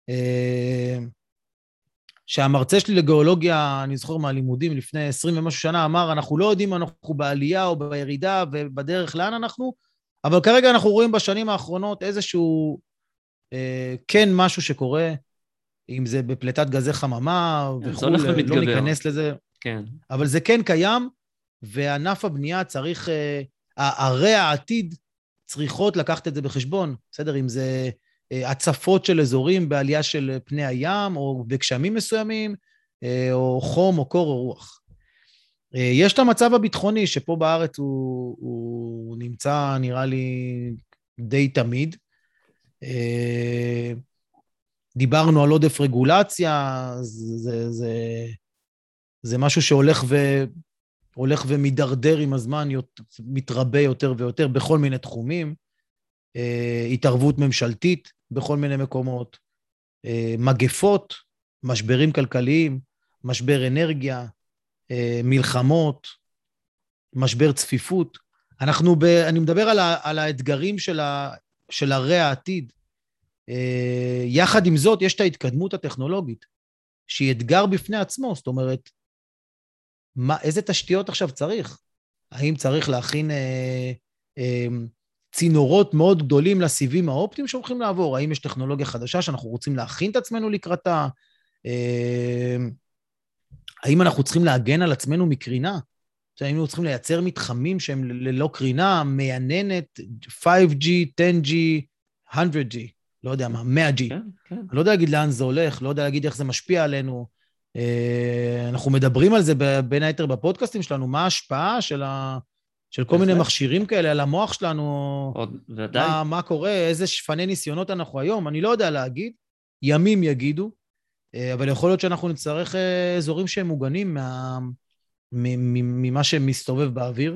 שהמרצה שלי לגיאולוגיה, אני זוכר מהלימודים לפני עשרים ומשהו שנה, אמר, אנחנו לא יודעים אם אנחנו בעלייה או בירידה, ובדרך לאן אנחנו, אבל כרגע אנחנו רואים בשנים האחרונות איזשהו, אה, כן משהו שקורה, אם זה בפלטת גזי חממה וכו', לא ניכנס לזה. כן. אבל זה כן קיים, וענף הבנייה צריך, אה, ערי העתיד צריכות לקחת את זה בחשבון, בסדר? אם זה אה, הצפות של אזורים בעלייה של פני הים, או בגשמים מסוימים, אה, או חום או קור או רוח. יש את המצב הביטחוני, שפה בארץ הוא, הוא נמצא, נראה לי, די תמיד. דיברנו על עודף רגולציה, זה, זה, זה משהו שהולך ו, הולך ומדרדר עם הזמן, מתרבה יותר ויותר בכל מיני תחומים. התערבות ממשלתית בכל מיני מקומות, מגפות, משברים כלכליים, משבר אנרגיה, מלחמות, משבר צפיפות. אנחנו ב, אני מדבר על, ה, על האתגרים של, ה, של הרי העתיד. יחד עם זאת, יש את ההתקדמות הטכנולוגית, שהיא אתגר בפני עצמו, זאת אומרת, מה, איזה תשתיות עכשיו צריך? האם צריך להכין אה, אה, צינורות מאוד גדולים לסיבים האופטיים שהולכים לעבור? האם יש טכנולוגיה חדשה שאנחנו רוצים להכין את עצמנו לקראתה? אה, האם אנחנו צריכים להגן על עצמנו מקרינה? האם אנחנו צריכים לייצר מתחמים שהם ללא קרינה, מייננת, חמש ג'י, עשר ג'י, מאה ג'י, לא יודע מה, מאה ג'י. כן, כן. אני לא יודע להגיד לאן זה הולך, לא יודע להגיד איך זה משפיע עלינו. אנחנו מדברים על זה בין היתר בפודקאסטים שלנו, מה ההשפעה של, ה... של כל מיני מכשירים כאלה על המוח שלנו, עוד, ודאי. מה, מה קורה, איזה שפני ניסיונות אנחנו היום, אני לא יודע להגיד, ימים יגידו, אבל יכול להיות שאנחנו נצטרך אזורים שהם מוגנים מה... ממה שמסתובב באוויר.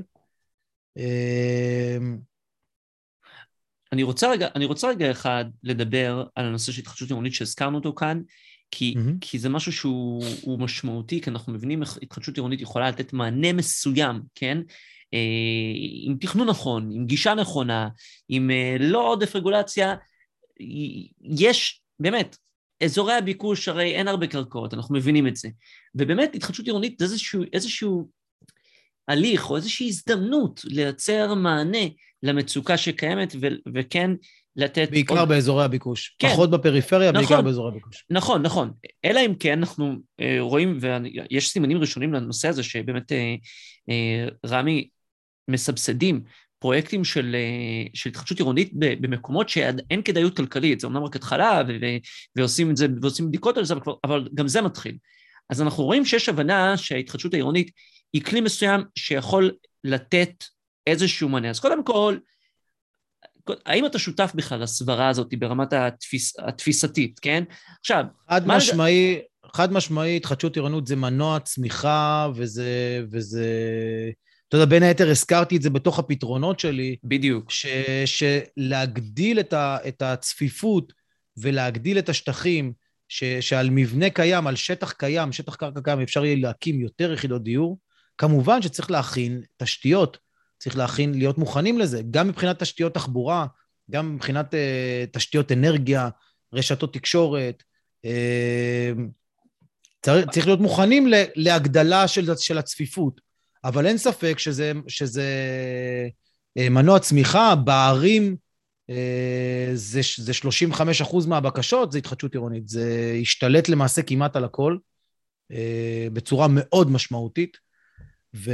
אני רוצה רגע, אני רוצה רגע אחד לדבר על הנושא של התחדשות עירונית שהזכרנו אותו כאן, כי, mm-hmm. כי זה משהו שהוא משמעותי, כי אנחנו מבינים איך התחדשות עירונית יכולה לתת מענה מסוים, כן? עם תכנון נכון, עם גישה נכונה, עם לא עודף רגולציה, יש באמת, אזורי הביקוש, הרי אין הרבה קרקעות, אנחנו מבינים את זה. ובאמת, התחדשות עירונית זה איזשהו, איזשהו הליך או איזושהי הזדמנות לייצר מענה למצוקה שקיימת, ו- וכן לתת... בעיקר עוד... באזורי הביקוש. כן. פחות בפריפריה, נכון, בעיקר באזורי הביקוש. נכון, נכון. אלא אם כן אנחנו אה, רואים, ויש סימנים ראשונים לנושא הזה, שבאמת אה, אה, רמי מסבסדים, פרויקטים של, של התחדשות עירונית במקומות שאין כדאיות כלכלית, זה אומנם רק התחלה, ו- ו- ועושים את זה, ועושים בדיקות על זה, אבל, אבל גם זה מתחיל. אז אנחנו רואים שיש הבנה שההתחדשות העירונית היא כלי מסוים שיכול לתת איזשהו מענה. אז קודם כל, האם אתה שותף בכלל לסברה הזאת ברמת התפיס, התפיסתית, כן? עכשיו... חד משמעי, חד משמעי, התחדשות עירונית זה מנוע צמיחה, וזה... וזה... אתה יודע, בין היתר הזכרתי את זה בתוך הפתרונות שלי. בדיוק. ש, שלהגדיל את, ה, את הצפיפות ולהגדיל את השטחים, ש, שעל מבנה קיים, על שטח קיים, שטח קרקע קיים, אפשר יהיה להקים יותר יחידות דיור. כמובן שצריך להכין תשתיות, צריך להכין, להיות מוכנים לזה, גם מבחינת תשתיות תחבורה, גם מבחינת uh, תשתיות אנרגיה, רשתות תקשורת, uh, צריך, צריך להיות מוכנים להגדלה של, של הצפיפות. אבל אין ספק שזה, שזה מנוע צמיחה, בערים זה, זה שלושים וחמישה אחוז מהבקשות, זה התחדשות עירונית, זה השתלט למעשה כמעט על הכל, בצורה מאוד משמעותית, ו...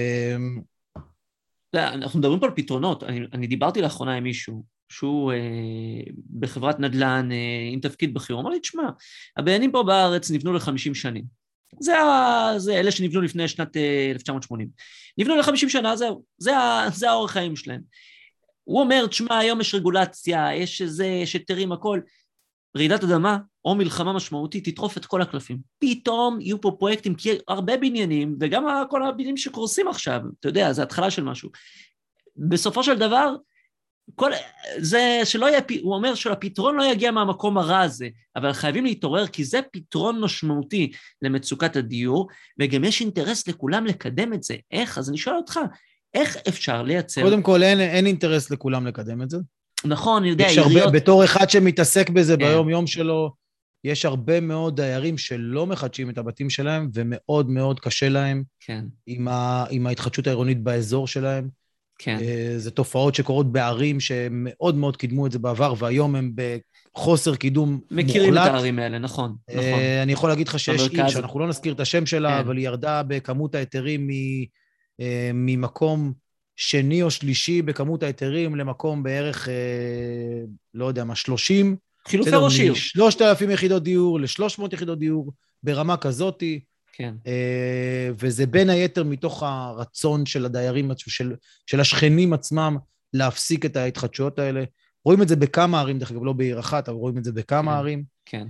אנחנו מדברים פה על פתרונות, אני, אני דיברתי לאחרונה עם מישהו, שהוא אה, בחברת נדל"ן אה, עם תפקיד בכיר, הוא אמר לי, תשמע, הבניינים פה בארץ נבנו ל-חמישים שנים, זה, זה אלה שנבנו לפני שנת אלף תשע מאות שמונים. נבנו ל-חמישים שנה, זהו, זה, זה האורח חיים שלהם. הוא אומר, תשמע, היום יש רגולציה, יש איזה, יש היתרים, הכל. רעידת אדמה או מלחמה משמעותית תטרוף את כל הקלפים. פתאום יהיו פה פרויקטים, כי הרבה בניינים, וגם כל הבניינים שקורסים עכשיו, אתה יודע, זה התחלה של משהו. בסופו של דבר, כל, זה שלא יהיה, הוא אומר שהפתרון לא יגיע מהמקום הרע הזה, אבל חייבים להתעורר, כי זה פתרון משמעותי למצוקת הדיור, וגם יש אינטרס לכולם לקדם את זה. איך? אז אני שואל אותך, איך אפשר לייצר... קודם כל, אין, אין אינטרס לכולם לקדם את זה. נכון, אני יודע, יש הרבה, עיריות... בתור אחד שמתעסק בזה כן. ביום יום שלו, יש הרבה מאוד דיירים שלא מחדשים את הבתים שלהם, ומאוד מאוד קשה להם כן. עם, ה, עם ההתחדשות העירונית באזור שלהם. כן. זה תופעות שקורות בערים שמאוד מאוד קידמו את זה בעבר, והיום הם בחוסר קידום מוחלט. מכירים את הערים האלה, נכון, נכון. אני יכול להגיד לך שיש עיר, שאנחנו לא נזכיר את השם שלה, כן. אבל היא ירדה בכמות ההיתרים ממקום שני או שלישי בכמות ההיתרים, למקום בערך, לא יודע מה, שלושים. חילופי ראש עיר. שלושת אלפים יחידות דיור, ל-שלוש מאות יחידות דיור, ברמה כזאת. כן. וזה בין היתר מתוך הרצון של הדיירים, של, של השכנים עצמם, להפסיק את ההתחדשויות האלה. רואים את זה בכמה ערים, דרך אגב, לא בעיר אחת, אבל רואים את זה בכמה כן, ערים. כן,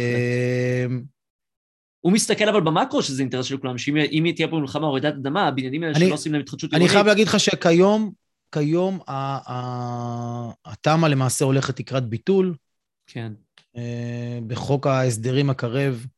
הוא מסתכל אבל במקרו שזה אינטרס של כולם, שאם תהיה פה מלחמה או רעידת אדמה, הבניינים האלה שלא עושים להם התחדשות עירונית. אני חייב להגיד לך שכיום, כיום התמ"א למעשה הולכת לקראת ביטול. כן. בחוק ההסדרים הקרב,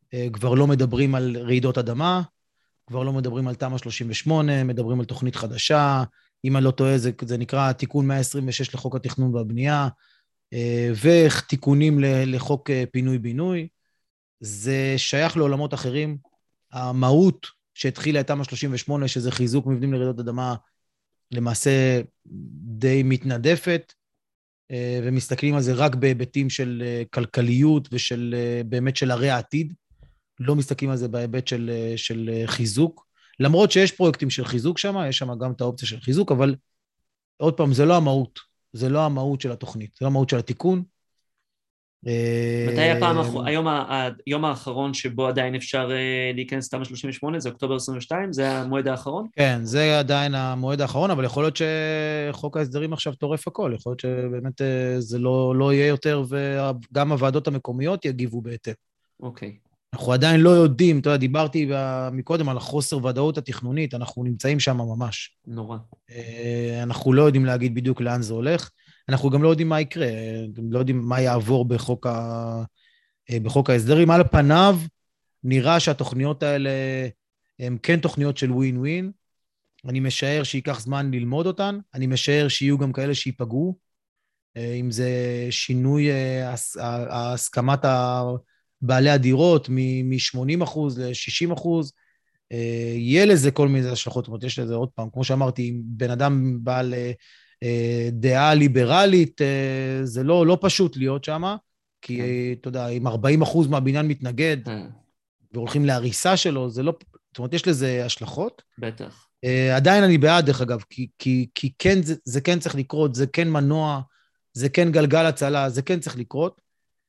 כבר לא מדברים על רעידות אדמה, כבר לא מדברים על תמ"א שלושים ושמונה, מדברים על תוכנית חדשה, אם אני לא טועה, זה, זה נקרא תיקון מאה עשרים ושש לחוק התכנון והבנייה, ותיקונים לחוק פינוי-בינוי. זה שייך לעולמות אחרים. המהות שהתחילה את תמ"א שלושים ושמונה, שזה חיזוק מבנים לרעידות אדמה, למעשה די מתנדפת, ומסתכלים על זה רק בהיבטים של כלכליות ושל באמת של הרי העתיד, לא מסתכלים על זה בהיבט של, של חיזוק, למרות שיש פרויקטים של חיזוק שם, יש שם גם את האופציה של חיזוק, אבל עוד פעם, זה לא המהות, זה לא המהות של התוכנית, זה לא המהות של התיקון. מתי הפעם, היום, היום האחרון שבו עדיין אפשר להיכנס תמ"א שלושים ושמונה, זה אוקטובר עשרים ושתיים, זה המועד האחרון? כן, זה עדיין המועד האחרון, אבל יכול להיות שחוק ההסדרים עכשיו טורף הכל, יכול להיות שבאמת זה לא, לא יהיה יותר, וגם הוועדות המקומיות יגיבו בהתאם. אוקיי. אנחנו עדיין לא יודעים, אתה יודע, דיברתי מקודם על החוסר ודאות התכנונית, אנחנו נמצאים שם ממש. נורא. אנחנו לא יודעים להגיד בדיוק לאן זה הולך, אנחנו גם לא יודעים מה יקרה, לא יודעים מה יעבור בחוק, ה... בחוק ההסדרים. על פניו נראה שהתוכניות האלה הן כן תוכניות של ווין ווין, אני משער שייקח זמן ללמוד אותן, אני משער שיהיו גם כאלה שיפגעו, אם זה שינוי הסכמת בעלי הדירות מ-שמונים אחוז ל-שישים אחוז, יהיה לזה כל מיני השלכות, זאת אומרת, יש לזה עוד פעם, כמו שאמרתי, אם בן אדם בעל דעה ליברלית, זה לא, לא פשוט להיות שם, כי אתה יודע, אם ארבעים אחוז מהבניין מתנגד, והולכים להריסה שלו, זה לא, זאת אומרת, יש לזה השלכות. בטח. עדיין אני בעד, דרך אגב, כי, כי, כי כן, זה, זה כן צריך לקרות, זה כן מנוע, זה כן גלגל הצלה, זה כן צריך לקרות.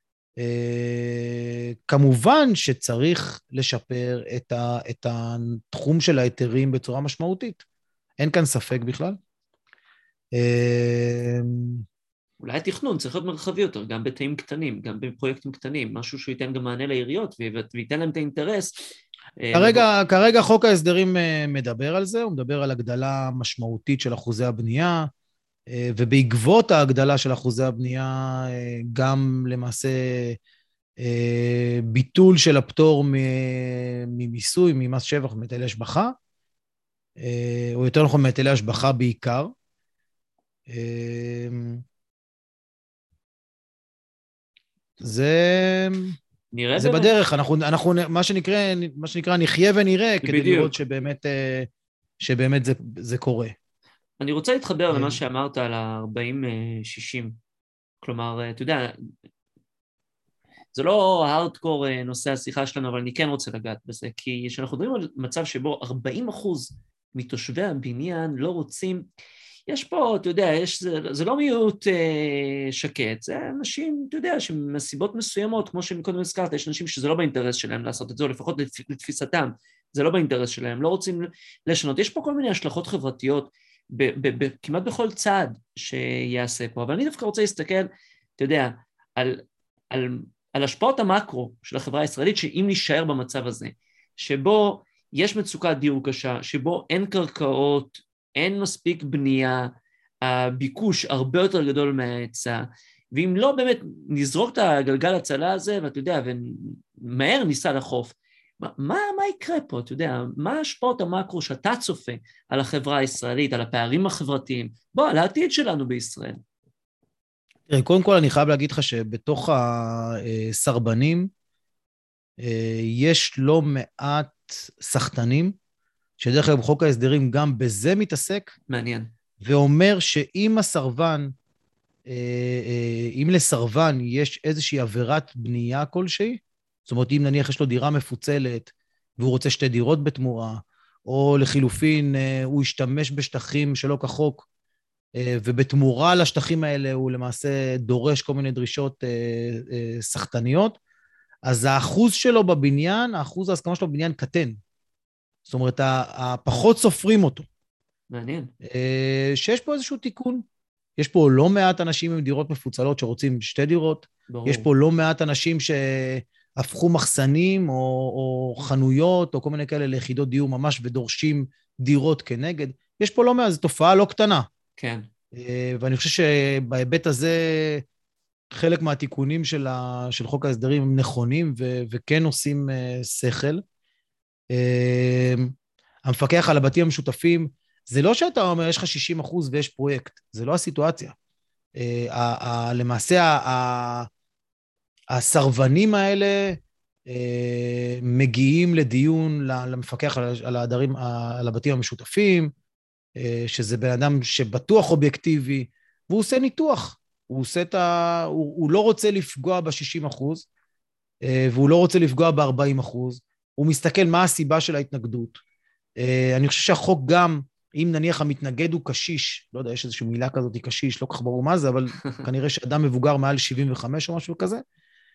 כמובן שצריך לשפר את, ה, את התחום של ההיתרים בצורה משמעותית. אין כאן ספק בכלל. אולי התכנון צריך להיות מרחבי יותר, גם בתאים קטנים, גם בפרויקטים קטנים, משהו שהוא ייתן גם מענה לעיריות, וייתן להם את האינטרס. כרגע, כרגע חוק ההסדרים מדבר על זה, הוא מדבר על הגדלה משמעותית של אחוזי הבנייה, ובעקבות ההגדלה של אחוזי הבנייה, גם למעשה ביטול של הפטור ממיסוי, ממס שבח, מהיטלי השבחה, או יותר נכון מהיטלי השבחה בעיקר. זה, זה בדרך, אנחנו, אנחנו, מה שנקרא, מה שנקרא, נחיה ונראה, כדי בדיוק. לראות שבאמת, שבאמת זה, זה קורה. אני רוצה להתחבר למה שאמרת על ה-ארבעים שישים, כלומר, אתה יודע, זה לא הארדקור נושא השיחה שלנו, אבל אני כן רוצה לגעת בזה, כי כשאנחנו מדברים על מצב שבו ארבעים אחוז מתושבי הבניין לא רוצים, יש פה, אתה יודע, יש, זה, זה לא מיעוט אה, שקט, זה אנשים, אתה יודע, שמסיבות מסוימות, כמו שמקודם הזכרת, יש אנשים שזה לא באינטרס שלהם לעשות את זה, או לפחות לתפיסתם, זה לא באינטרס שלהם, לא רוצים לשנות. יש פה כל מיני השלכות חברתיות, ב- ב- ב- כמעט בכל צעד שיעשה פה, אבל אני דווקא רוצה להסתכל, אתה יודע, על, על, על השפעות המקרו של החברה הישראלית, שאם נשאר במצב הזה, שבו יש מצוקת דיור קשה, שבו אין קרקעות, אין מספיק בנייה, הביקוש הרבה יותר גדול מההיצע, ואם לא באמת נזרוק את הגלגל הצלה הזה, ואתה יודע, ומהר ניסה לחוף, מה, מה יקרה פה, אתה יודע, מה השפעות המקרו שאתה צופה על החברה הישראלית, על הפערים החברתיים, בוא, על העתיד שלנו בישראל. תראה, קודם כל אני חייב להגיד לך שבתוך הסרבנים, יש לא מעט סחטנים, שדרך כלל בחוק ההסדרים גם בזה מתעסק. מעניין. ואומר שאם הסרבן, אם לסרבן יש איזושהי עבירת בנייה כלשהי, זאת אומרת, אם נניח יש לו דירה מפוצלת, והוא רוצה שתי דירות בתמורה, או לחילופין, הוא ישתמש בשטחים שלא כחוק, ובתמורה לשטחים האלה הוא למעשה דורש כל מיני דרישות סחטניות, אז האחוז שלו בבניין, האחוז ההסכמה שלו בבניין קטן. זאת אומרת, הפחות סופרים אותו. מעניין. שיש פה איזשהו תיקון. יש פה לא מעט אנשים עם דירות מפוצלות שרוצים שתי דירות. ברור. יש פה לא מעט אנשים שהפכו מחסנים או, או חנויות או כל מיני כאלה ליחידות דיור ממש ודורשים דירות כנגד. יש פה לא מעט, זו תופעה לא קטנה. כן. ואני חושב שבהיבט הזה, חלק מהתיקונים של, ה, של חוק ההסדרים הם נכונים ו, וכן עושים uh, שכל. Uh, המפקח על הבתים המשותפים, זה לא שאתה אומר, יש לך שישים אחוז ויש פרויקט, זה לא הסיטואציה. Uh, ה, ה, למעשה, ה, ה, הסרבנים האלה uh, מגיעים לדיון למפקח על, על, הדרים, על הבתים המשותפים, uh, שזה בן אדם שבטוח אובייקטיבי, והוא עושה ניתוח. הוא עושה את ה... הוא, הוא לא רוצה לפגוע ב-שישים אחוז, והוא לא רוצה לפגוע ב-ארבעים אחוז, הוא מסתכל מה הסיבה של ההתנגדות. אני חושב שהחוק גם, אם נניח המתנגד הוא קשיש, לא יודע, יש איזושהי מילה כזאת, היא קשיש, לא כל כך ברור מה זה, אבל כנראה שאדם מבוגר מעל שבעים וחמש או משהו כזה,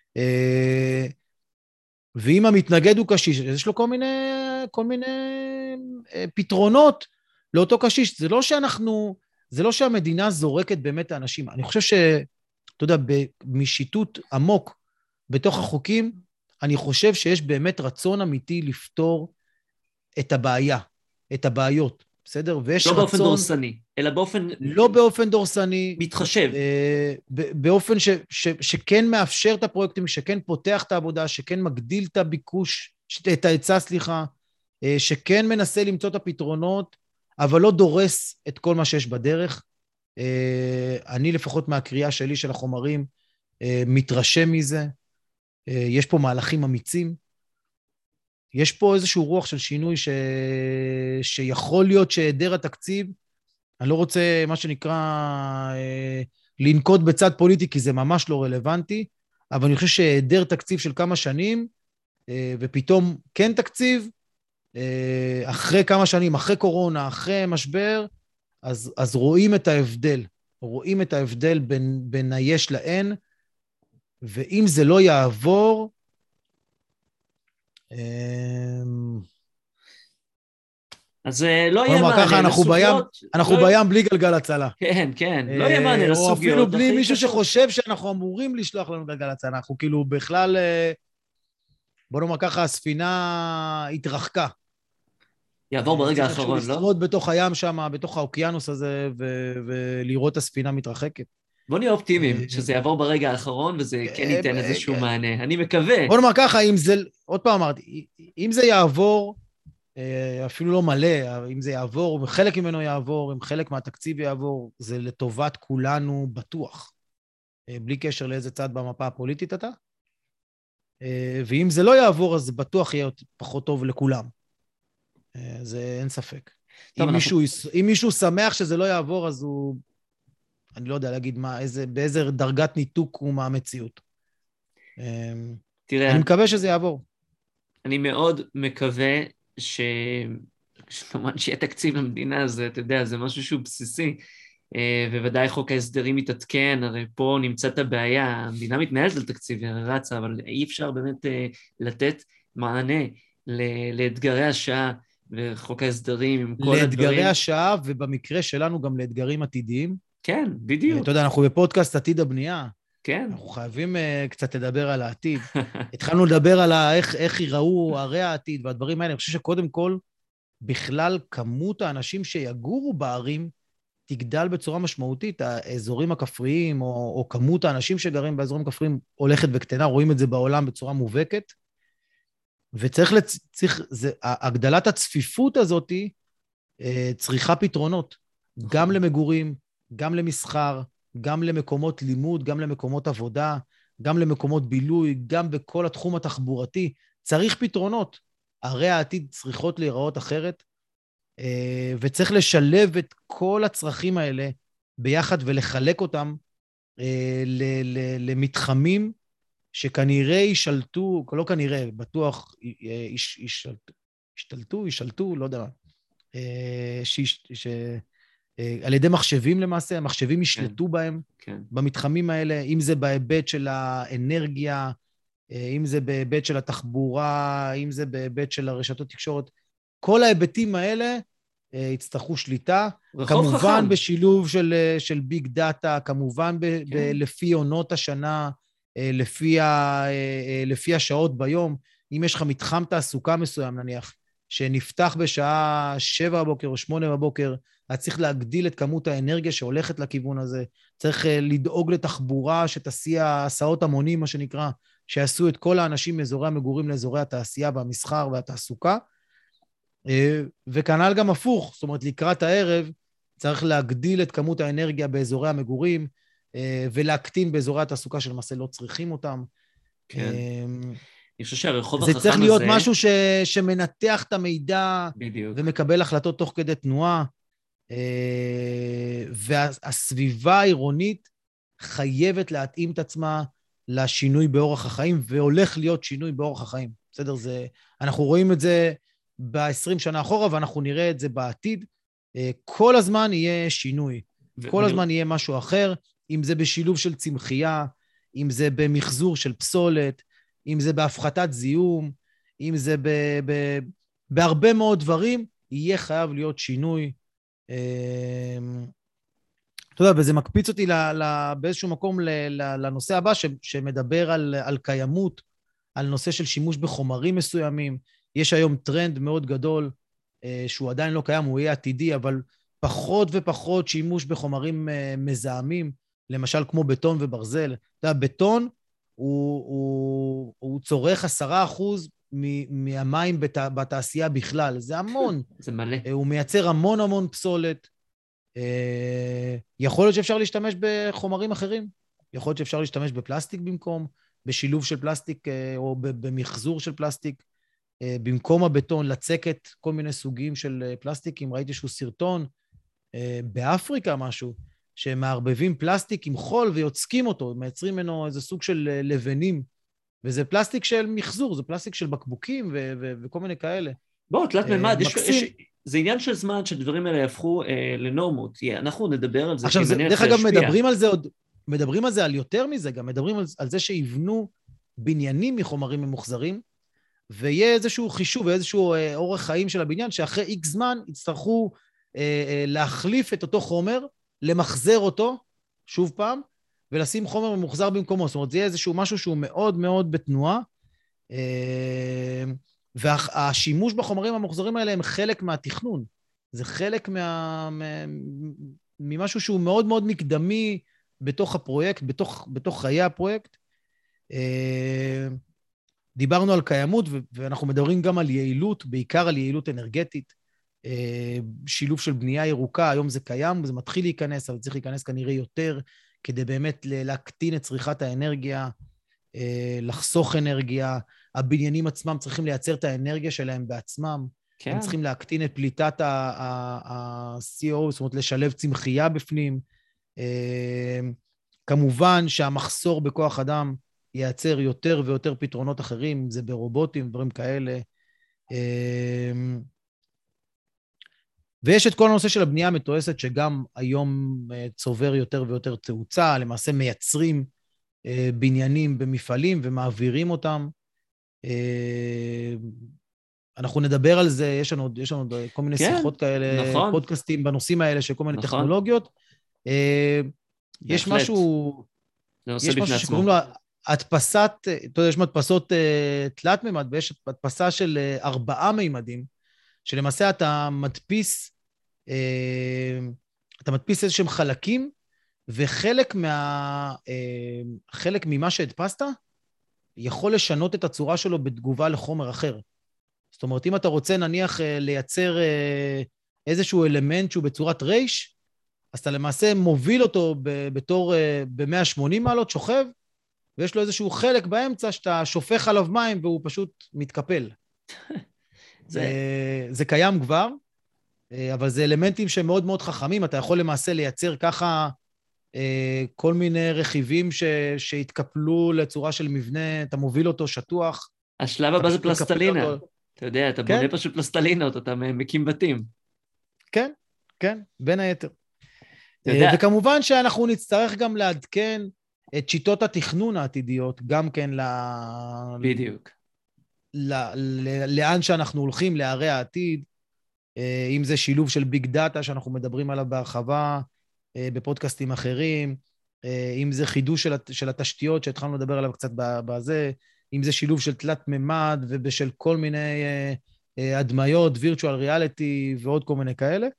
ואם המתנגד הוא קשיש, יש לו כל מיני, כל מיני פתרונות לאותו קשיש. זה לא שאנחנו... זה לא שהמדינה זורקת באמת האנשים. אני חושב ש, אתה יודע, משיטוט עמוק בתוך החוקים, אני חושב שיש באמת רצון אמיתי לפתור את הבעיה, את הבעיות, בסדר? ויש לא רצון... באופן דורסני, אלא באופן... לא באופן דורסני. מתחשב. באופן ש, ש, שכן מאפשר את הפרויקטים, שכן פותח את העבודה, שכן מגדיל את הביקוש, את ההיצע, סליחה, שכן מנסה למצוא את הפתרונות, אבל לא דורס את כל מה שיש בדרך. אני לפחות מהקריאה שלי של החומרים מתרשם מזה. יש פה מהלכים אמיצים. יש פה איזשהו רוח של שינוי ש... שיכול להיות שהיעדר התקציב, אני לא רוצה מה שנקרא לנקוט בצד פוליטי, כי זה ממש לא רלוונטי, אבל אני חושב שהיעדר תקציב של כמה שנים, ופתאום כן תקציב, אחרי כמה שנים, אחרי קורונה, אחרי משבר, אז, אז רואים את ההבדל, רואים את ההבדל בין, בין היש לאין, ואם זה לא יעבור, אז לא יהיה מענה ככה, אנחנו בים, אנחנו לא... בים בלי גלגל הצלה. כן, כן, לא יהיה מענה לסוגיות. או אפילו בלי מישהו שחושב שאנחנו אמורים לשלוח לנו גלגל הצלה, אנחנו כאילו בכלל... בוא נאמר ככה, הספינה התרחקה. יעבור ברגע האחרון, לא? צריך לשרוד בתוך הים שם, בתוך האוקיינוס הזה, ולראות את הספינה מתרחקת. בוא נהיה אופטימיים, שזה יעבור ברגע האחרון, וזה כן ייתן איזשהו מענה. אני מקווה. בוא נאמר ככה, אם זה, עוד פעם אמרתי, אם זה יעבור, אפילו לא מלא, אם זה יעבור, וחלק ממנו יעבור, אם חלק מהתקציב יעבור, זה לטובת כולנו בטוח. בלי קשר לאיזה צד במפה הפוליטית אתה. ואם זה לא יעבור, אז זה בטוח יהיה פחות טוב לכולם. זה אין ספק. אם, אנחנו... מישהו, אם מישהו שמח שזה לא יעבור, אז הוא, אני לא יודע להגיד מה, איזה, באיזה דרגת ניתוק הוא מהמציאות. תראה, אני מקווה שזה יעבור. אני מאוד מקווה ש... כמובן שיהיה תקציב למדינה, זה, אתה יודע, זה משהו שהוא בסיסי, וודאי חוק ההסדרים מתעדכן, הרי פה נמצא את הבעיה, המדינה מתנהלת על תקציב, היא רצה, אבל אי אפשר באמת לתת מענה לאתגרי השעה, וחוק ההסדרים עם כל הדברים. לאתגרי השעה, ובמקרה שלנו גם לאתגרים עתידיים. כן, בדיוק. אתה יודע, אנחנו בפודקאסט עתיד הבנייה. כן. אנחנו חייבים uh, קצת לדבר על העתיד. התחלנו לדבר על איך, איך ייראו ערי העתיד והדברים האלה. אני חושב שקודם כל, בכלל כמות האנשים שיגורו בערים תגדל בצורה משמעותית. האזורים הכפריים, או, או כמות האנשים שגרים באזורים הכפריים הולכת וקטנה, רואים את זה בעולם בצורה מובהקת. וצריך, לצ... צריך, זה, הגדלת הצפיפות הזאת צריכה פתרונות, גם למגורים, גם למסחר, גם למקומות לימוד, גם למקומות עבודה, גם למקומות בילוי, גם בכל התחום התחבורתי. צריך פתרונות. ערי העתיד צריכות להיראות אחרת, וצריך לשלב את כל הצרכים האלה ביחד ולחלק אותם למתחמים שכנראה ישלטו, לא כנראה, בטוח ישתלטו, ישלטו, לא יודע מה, על ידי מחשבים למעשה, המחשבים ישלטו בהם, במתחמים האלה, אם זה בהיבט של האנרגיה, אם זה בהיבט של התחבורה, אם זה בהיבט של הרשתות תקשורת, כל ההיבטים האלה יצטרכו שליטה, כמובן בשילוב של, של ביג דאטה, כמובן ב, ב, לפי עונות השנה, לפי, ה, לפי השעות ביום, אם יש לך מתחם תעסוקה מסוים נניח, שנפתח בשעה שבע בבוקר או שמונה בבוקר, אז צריך להגדיל את כמות האנרגיה שהולכת לכיוון הזה, צריך לדאוג לתחבורה שתסיע הסעות המונים, מה שנקרא, שיעשו את כל האנשים מאזורי המגורים לאזורי התעשייה והמסחר והתעסוקה, וכנ"ל גם הפוך, זאת אומרת, לקראת הערב צריך להגדיל את כמות האנרגיה באזורי המגורים, ולהקטין באזורי התעסוקה שלמעשה לא צריכים אותם. כן. אני חושב שהרחוב החכם הזה... זה צריך להיות משהו ש... שמנתח את המידע, בדיוק. ומקבל החלטות תוך כדי תנועה, והסביבה העירונית חייבת להתאים את עצמה לשינוי באורח החיים, והולך להיות שינוי באורח החיים. בסדר? זה... אנחנו רואים את זה ב-עשרים שנה אחורה, ואנחנו נראה את זה בעתיד. כל הזמן יהיה שינוי. ו... כל הזמן יהיה משהו אחר, אם זה בשילוב של צמחייה, אם זה במחזור של פסולת, אם זה בהפחתת זיהום, אם זה ב... ב... בהרבה מאוד דברים, יהיה חייב להיות שינוי. אתה יודע, וזה מקפיץ אותי ל... ל... באיזשהו מקום ל... לנושא הבא, ש... שמדבר על... על קיימות, על נושא של שימוש בחומרים מסוימים. יש היום טרנד מאוד גדול, שהוא עדיין לא קיים, הוא יהיה עתידי, אבל פחות ופחות שימוש בחומרים מזהמים, למשל כמו בטון וברזל. אתה יודע, בטון הוא, הוא, הוא צורך עשרה אחוז מהמים בת, בתעשייה בכלל. זה המון. זה מלא. הוא מייצר המון המון פסולת. יכול להיות שאפשר להשתמש בחומרים אחרים. יכול להיות שאפשר להשתמש בפלסטיק במקום, בשילוב של פלסטיק או במחזור של פלסטיק. במקום הבטון, לצקת כל מיני סוגים של פלסטיקים. ראיתי שהוא סרטון באפריקה משהו, שמערבבים פלסטיק עם חול ויוצקים אותו, מייצרים ממנו איזה סוג של לבנים, וזה פלסטיק של מחזור, זה פלסטיק של בקבוקים ו- ו- וכל מיני כאלה. בוא, תלת ממד, יש, יש, זה עניין של זמן שדברים האלה יהפכו אה, לנורמות. אנחנו נדבר על זה. עכשיו, זה, דרך אגב, מדברים על זה עוד, מדברים על זה על יותר מזה, גם מדברים על, על זה שיבנו בניינים מחומרים ממוחזרים, ויהיה איזשהו חישוב, איזשהו אה, אורך חיים של הבניין, שאחרי איקס זמן יצטרכו אה, אה, להחליף את אותו חומר, למחזר אותו, שוב פעם, ולשים חומר ממוחזר במקומו. זאת אומרת, זה יהיה איזשהו משהו שהוא מאוד מאוד בתנועה, והשימוש בחומרים המוחזרים האלה הם חלק מהתכנון. זה חלק מה... ממשהו שהוא מאוד מאוד מקדמי בתוך הפרויקט, בתוך, בתוך חיי הפרויקט. דיברנו על קיימות, ואנחנו מדברים גם על יעילות, בעיקר על יעילות אנרגטית, שילוב של בנייה ירוקה, היום זה קיים, זה מתחיל להיכנס, אבל צריך להיכנס כנראה יותר, כדי באמת להקטין את צריכת האנרגיה, לחסוך אנרגיה, הבניינים עצמם צריכים לייצר את האנרגיה שלהם בעצמם, כן. הם צריכים להקטין את פליטת ה-סי או, זאת אומרת לשלב צמחייה בפנים, כמובן שהמחסור בכוח אדם ייצר יותר ויותר פתרונות אחרים, זה ברובוטים, דברים כאלה, ויש את כל הנושא של הבנייה המתועסת, שגם היום צובר יותר ויותר תאוצה, למעשה מייצרים בניינים במפעלים ומעבירים אותם. אנחנו נדבר על זה, יש לנו, יש לנו כל מיני כן, שיחות כאלה, נכון. פודקאסטים בנושאים האלה של כל מיני נכון. טכנולוגיות. יש משהו, יש משהו שקוראים לו הדפסת, אתה יודע, יש מדפסות תלת ממד, ויש הדפסה של ארבעה מימדים, שלמעשה אתה מדפיס, אתה מדפיס איזשהם חלקים, וחלק מה, חלק ממה שהדפסת, יכול לשנות את הצורה שלו בתגובה לחומר אחר. זאת אומרת, אם אתה רוצה נניח לייצר איזשהו אלמנט שהוא בצורת רייש, אז אתה למעשה מוביל אותו בתור ב-מאה ושמונים מעלות, שוכב, ויש לו איזשהו חלק באמצע שאתה שופך עליו מים והוא פשוט מתקפל. זה... זה קיים כבר, אבל זה אלמנטים שהם מאוד מאוד חכמים, אתה יכול למעשה לייצר ככה כל מיני רכיבים ש... שהתקפלו לצורה של מבנה, אתה מוביל אותו שטוח. השלב הבא זה פלסטלינה. אותו... אתה יודע, אתה כן? בונה פשוט פלסטלינות, אתה מקים בתים. כן, כן, בין היתר. וכמובן שאנחנו נצטרך גם לעדכן את שיטות התכנון העתידיות, גם כן ל... בדיוק. ל... ל... לאן שאנחנו הולכים, לערי העתיד, אם זה שילוב של ביג דאטה שאנחנו מדברים עליו בהרחבה, בפודקאסטים אחרים, אם זה חידוש של, של התשתיות שהתחלנו לדבר עליו קצת בזה, אם זה שילוב של תלת ממד ובשל כל מיני הדמיות, virtual reality ועוד כל מיני כאלה.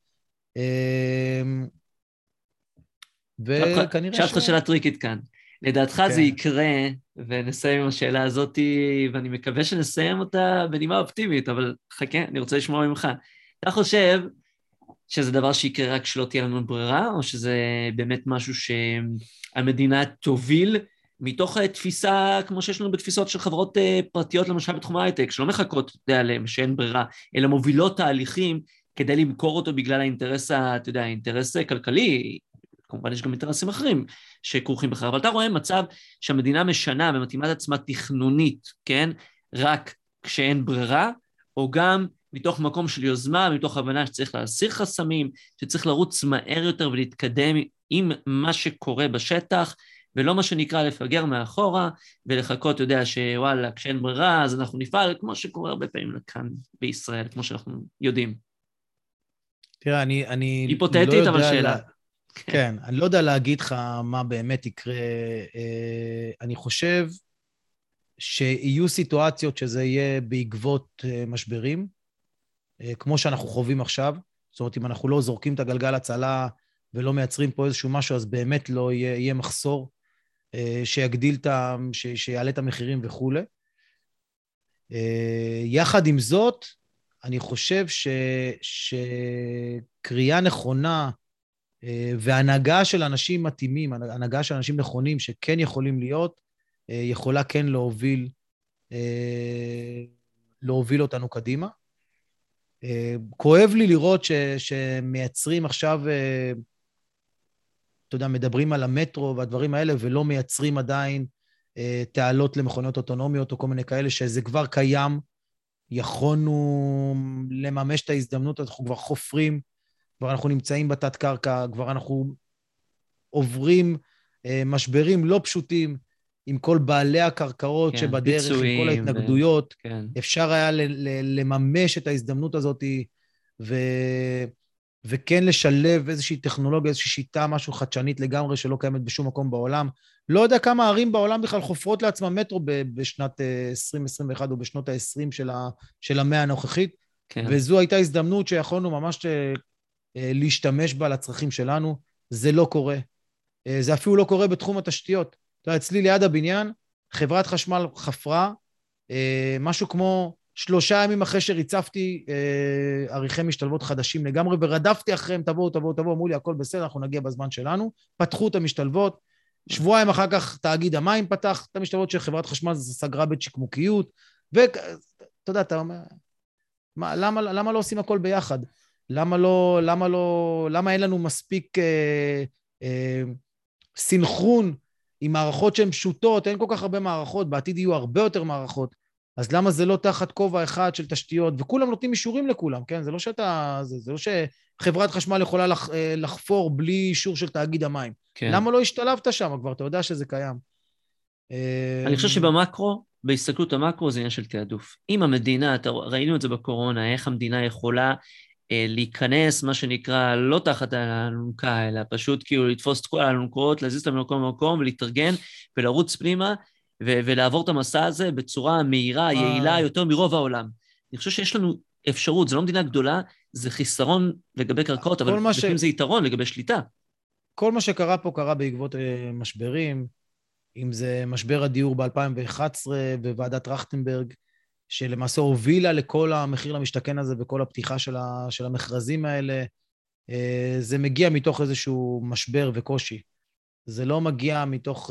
וכנראה ש... שאלת לך שאלה טריקית כאן. לדעתך זה יקרה, ונסיים עם השאלה הזאת, ואני מקווה שנסיים אותה בנימה אופטימית, אבל חכה, אני רוצה לשמוע ממך. אתה חושב שזה דבר שיקרה רק שלא תהיה לנו ברירה, או שזה באמת משהו שהמדינה תוביל מתוך תפיסה, כמו שיש לנו בתפיסות של חברות פרטיות, למשל בתחום ההייטק, שלא מחכות, אתה יודע, להם שאין ברירה, אלא מובילות תהליכים כדי למכור אותו בגלל האינטרס, אתה יודע, האינטרס כלכלי, כמובן יש גם אינטרסים אחרים שכרוכים בכך, אבל אתה רואה מצב שהמדינה משנה ומתאימה את עצמה תכנונית, כן? רק כשאין ברירה, או גם מתוך מקום של יוזמה, מתוך הבנה שצריך להסיר חסמים, שצריך לרוץ מהר יותר ולהתקדם עם מה שקורה בשטח, ולא מה שנקרא לפגר מאחורה, ולחכות, אתה יודע, שוואלה, כשאין ברירה, אז אנחנו נפעל, כמו שקורה הרבה פעמים כאן בישראל, כמו שאנחנו יודעים. תראה, אני, אני היפותטית, לא יודע אבל שאלה. לה... כן, אני לא יודע להגיד לך מה באמת יקרה. אני חושב שיהיו סיטואציות שזה יהיה בעקבות משברים, כמו שאנחנו חווים עכשיו. זאת אומרת, אם אנחנו לא זורקים את הגלגל הצלה ולא מייצרים פה איזשהו משהו, אז באמת לא יהיה, יהיה מחסור שיגדיל את ה... ש... שיעלה את המחירים וכו'. יחד עם זאת, אני חושב ש... שקריאה נכונה והנהגה של אנשים מתאימים, הנהגה של אנשים נכונים שכן יכולים להיות, יכולה כן להוביל, להוביל אותנו קדימה. כואב לי לראות ש, שמייצרים עכשיו, אתה יודע, מדברים על המטרו והדברים האלה, ולא מייצרים עדיין תעלות למכוניות אוטונומיות או כל מיני כאלה, שזה כבר קיים, יכולנו לממש את ההזדמנות, אנחנו כבר חופרים, כבר אנחנו נמצאים בתת קרקע, כבר אנחנו עוברים משברים לא פשוטים, עם כל בעלי הקרקעות כן, שבדרך, עם כל ההתנגדויות, ו... כן. אפשר היה ל- ל- לממש את ההזדמנות הזאת, ו... וכן לשלב איזושהי טכנולוגיה, איזושהי שיטה, משהו חדשנית לגמרי, שלא קיימת בשום מקום בעולם. לא יודע כמה ערים בעולם בכלל חופרות לעצמם מטרו ב- בשנת עשרים עשרים ואחת, או בשנות ה-עשרים של, ה- של המאה הנוכחית, כן. וזו הייתה הזדמנות שיכולנו ממש להשתמש בה לצרכים שלנו. זה לא קורה. זה אפילו לא קורה בתחום התשתיות. אתה יודע, אצלי ליד הבניין, חברת חשמל חפרה, אה, משהו כמו שלושה ימים אחרי שריצפתי אה, עריכי משתלבות חדשים לגמרי, ורדפתי אחריהם, תבואו, תבואו, תבואו, אמרו לי, הכל בסדר, אנחנו נגיע בזמן שלנו, פתחו את המשתלבות, שבועיים אחר כך תאגיד המים פתח את המשתלבות של חברת חשמל, זה סגרה בצ'קמוקיות, ואתה יודע, אתה אומר, מה, למה, למה לא עושים הכל ביחד? למה לא, למה לא, למה אין לנו מספיק אה, אה, סינכרון עם מערכות שהן פשוטות, אין כל כך הרבה מערכות, בעתיד יהיו הרבה יותר מערכות, אז למה זה לא תחת כובע אחד של תשתיות, וכולם נותנים אישורים לכולם, כן? זה לא שאתה, זה, זה לא שחברת חשמל יכולה לח, לחפור בלי אישור של תאגיד המים. כן. למה לא השתלבת שם כבר? אתה יודע שזה קיים. אני חושב שבמקרו, בהסתכלות המקרו, זה עניין של תעדוף. אם המדינה, ראינו את זה בקורונה, איך המדינה יכולה להיכנס, מה שנקרא, לא תחת האלונקה, אלא פשוט כאילו לתפוס את כל האלונקות, להזיז אותם למקום למקום, ולהתארגן, ולרוץ פנימה, ו- ולעבור את המסע הזה בצורה מהירה, יעילה, יותר מרוב העולם. אני חושב שיש לנו אפשרות, זו לא מדינה גדולה, זה חיסרון לגבי קרקעות, אבל לפעמים ש... זה יתרון לגבי שליטה. כל מה שקרה פה קרה בעקבות משברים, אם זה משבר הדיור ב-אלפיים ואחת עשרה, בוועדת טרכטנברג, שלמעשה הובילה לכל המחיר למשתכן הזה, וכל הפתיחה של, ה, של המכרזים האלה, זה מגיע מתוך איזשהו משבר וקושי. זה לא מגיע מתוך,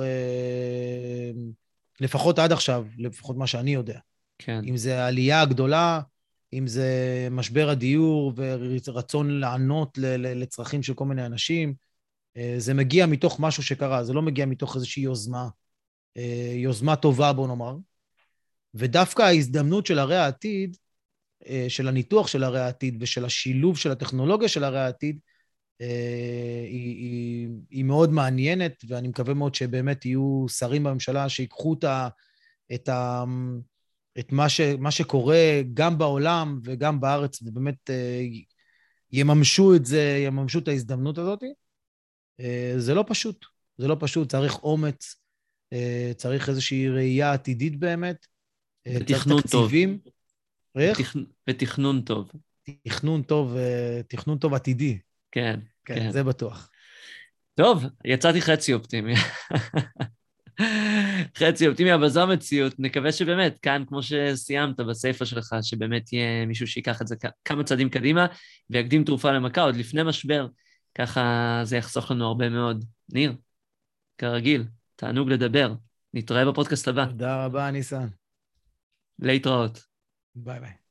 לפחות עד עכשיו, לפחות מה שאני יודע. כן. אם זה העלייה הגדולה, אם זה משבר הדיור, ורצון לענות לצרכים של כל מיני אנשים, זה מגיע מתוך משהו שקרה, זה לא מגיע מתוך איזושהי יוזמה, יוזמה טובה, בוא נאמר. ודווקא ההזדמנות של הרי העתיד, של הניתוח של הרי העתיד, ושל השילוב של הטכנולוגיה של הרי העתיד, היא, היא, היא מאוד מעניינת, ואני מקווה מאוד שבאמת יהיו שרים בממשלה שיקחו את, ה, את, ה, את מה, ש, מה שקורה גם בעולם וגם בארץ, ובאמת יממשו את זה, יממשו את ההזדמנות הזאת. זה לא פשוט, זה לא פשוט, צריך אומץ, צריך איזושהי ראייה עתידית באמת, צריך תקציבים, איך? ותכנ... ותכנון טוב. תכנון טוב, תכנון טוב עתידי. כן, כן, כן. זה בטוח. טוב, יצאתי חצי אופטימי. חצי אופטימי, אבל זו המציאות. נקווה שבאמת, כאן, כמו שסיימת בספר שלך, שבאמת יהיה מישהו שיקח את זה כמה צעדים קדימה, ויקדים תרופה למכה עוד לפני משבר. ככה זה יחסוך לנו הרבה מאוד. ניר, כרגיל, תענוג לדבר. נתראה בפודקאסט הבא. תודה רבה, ניסן. להתראות. ביי ביי.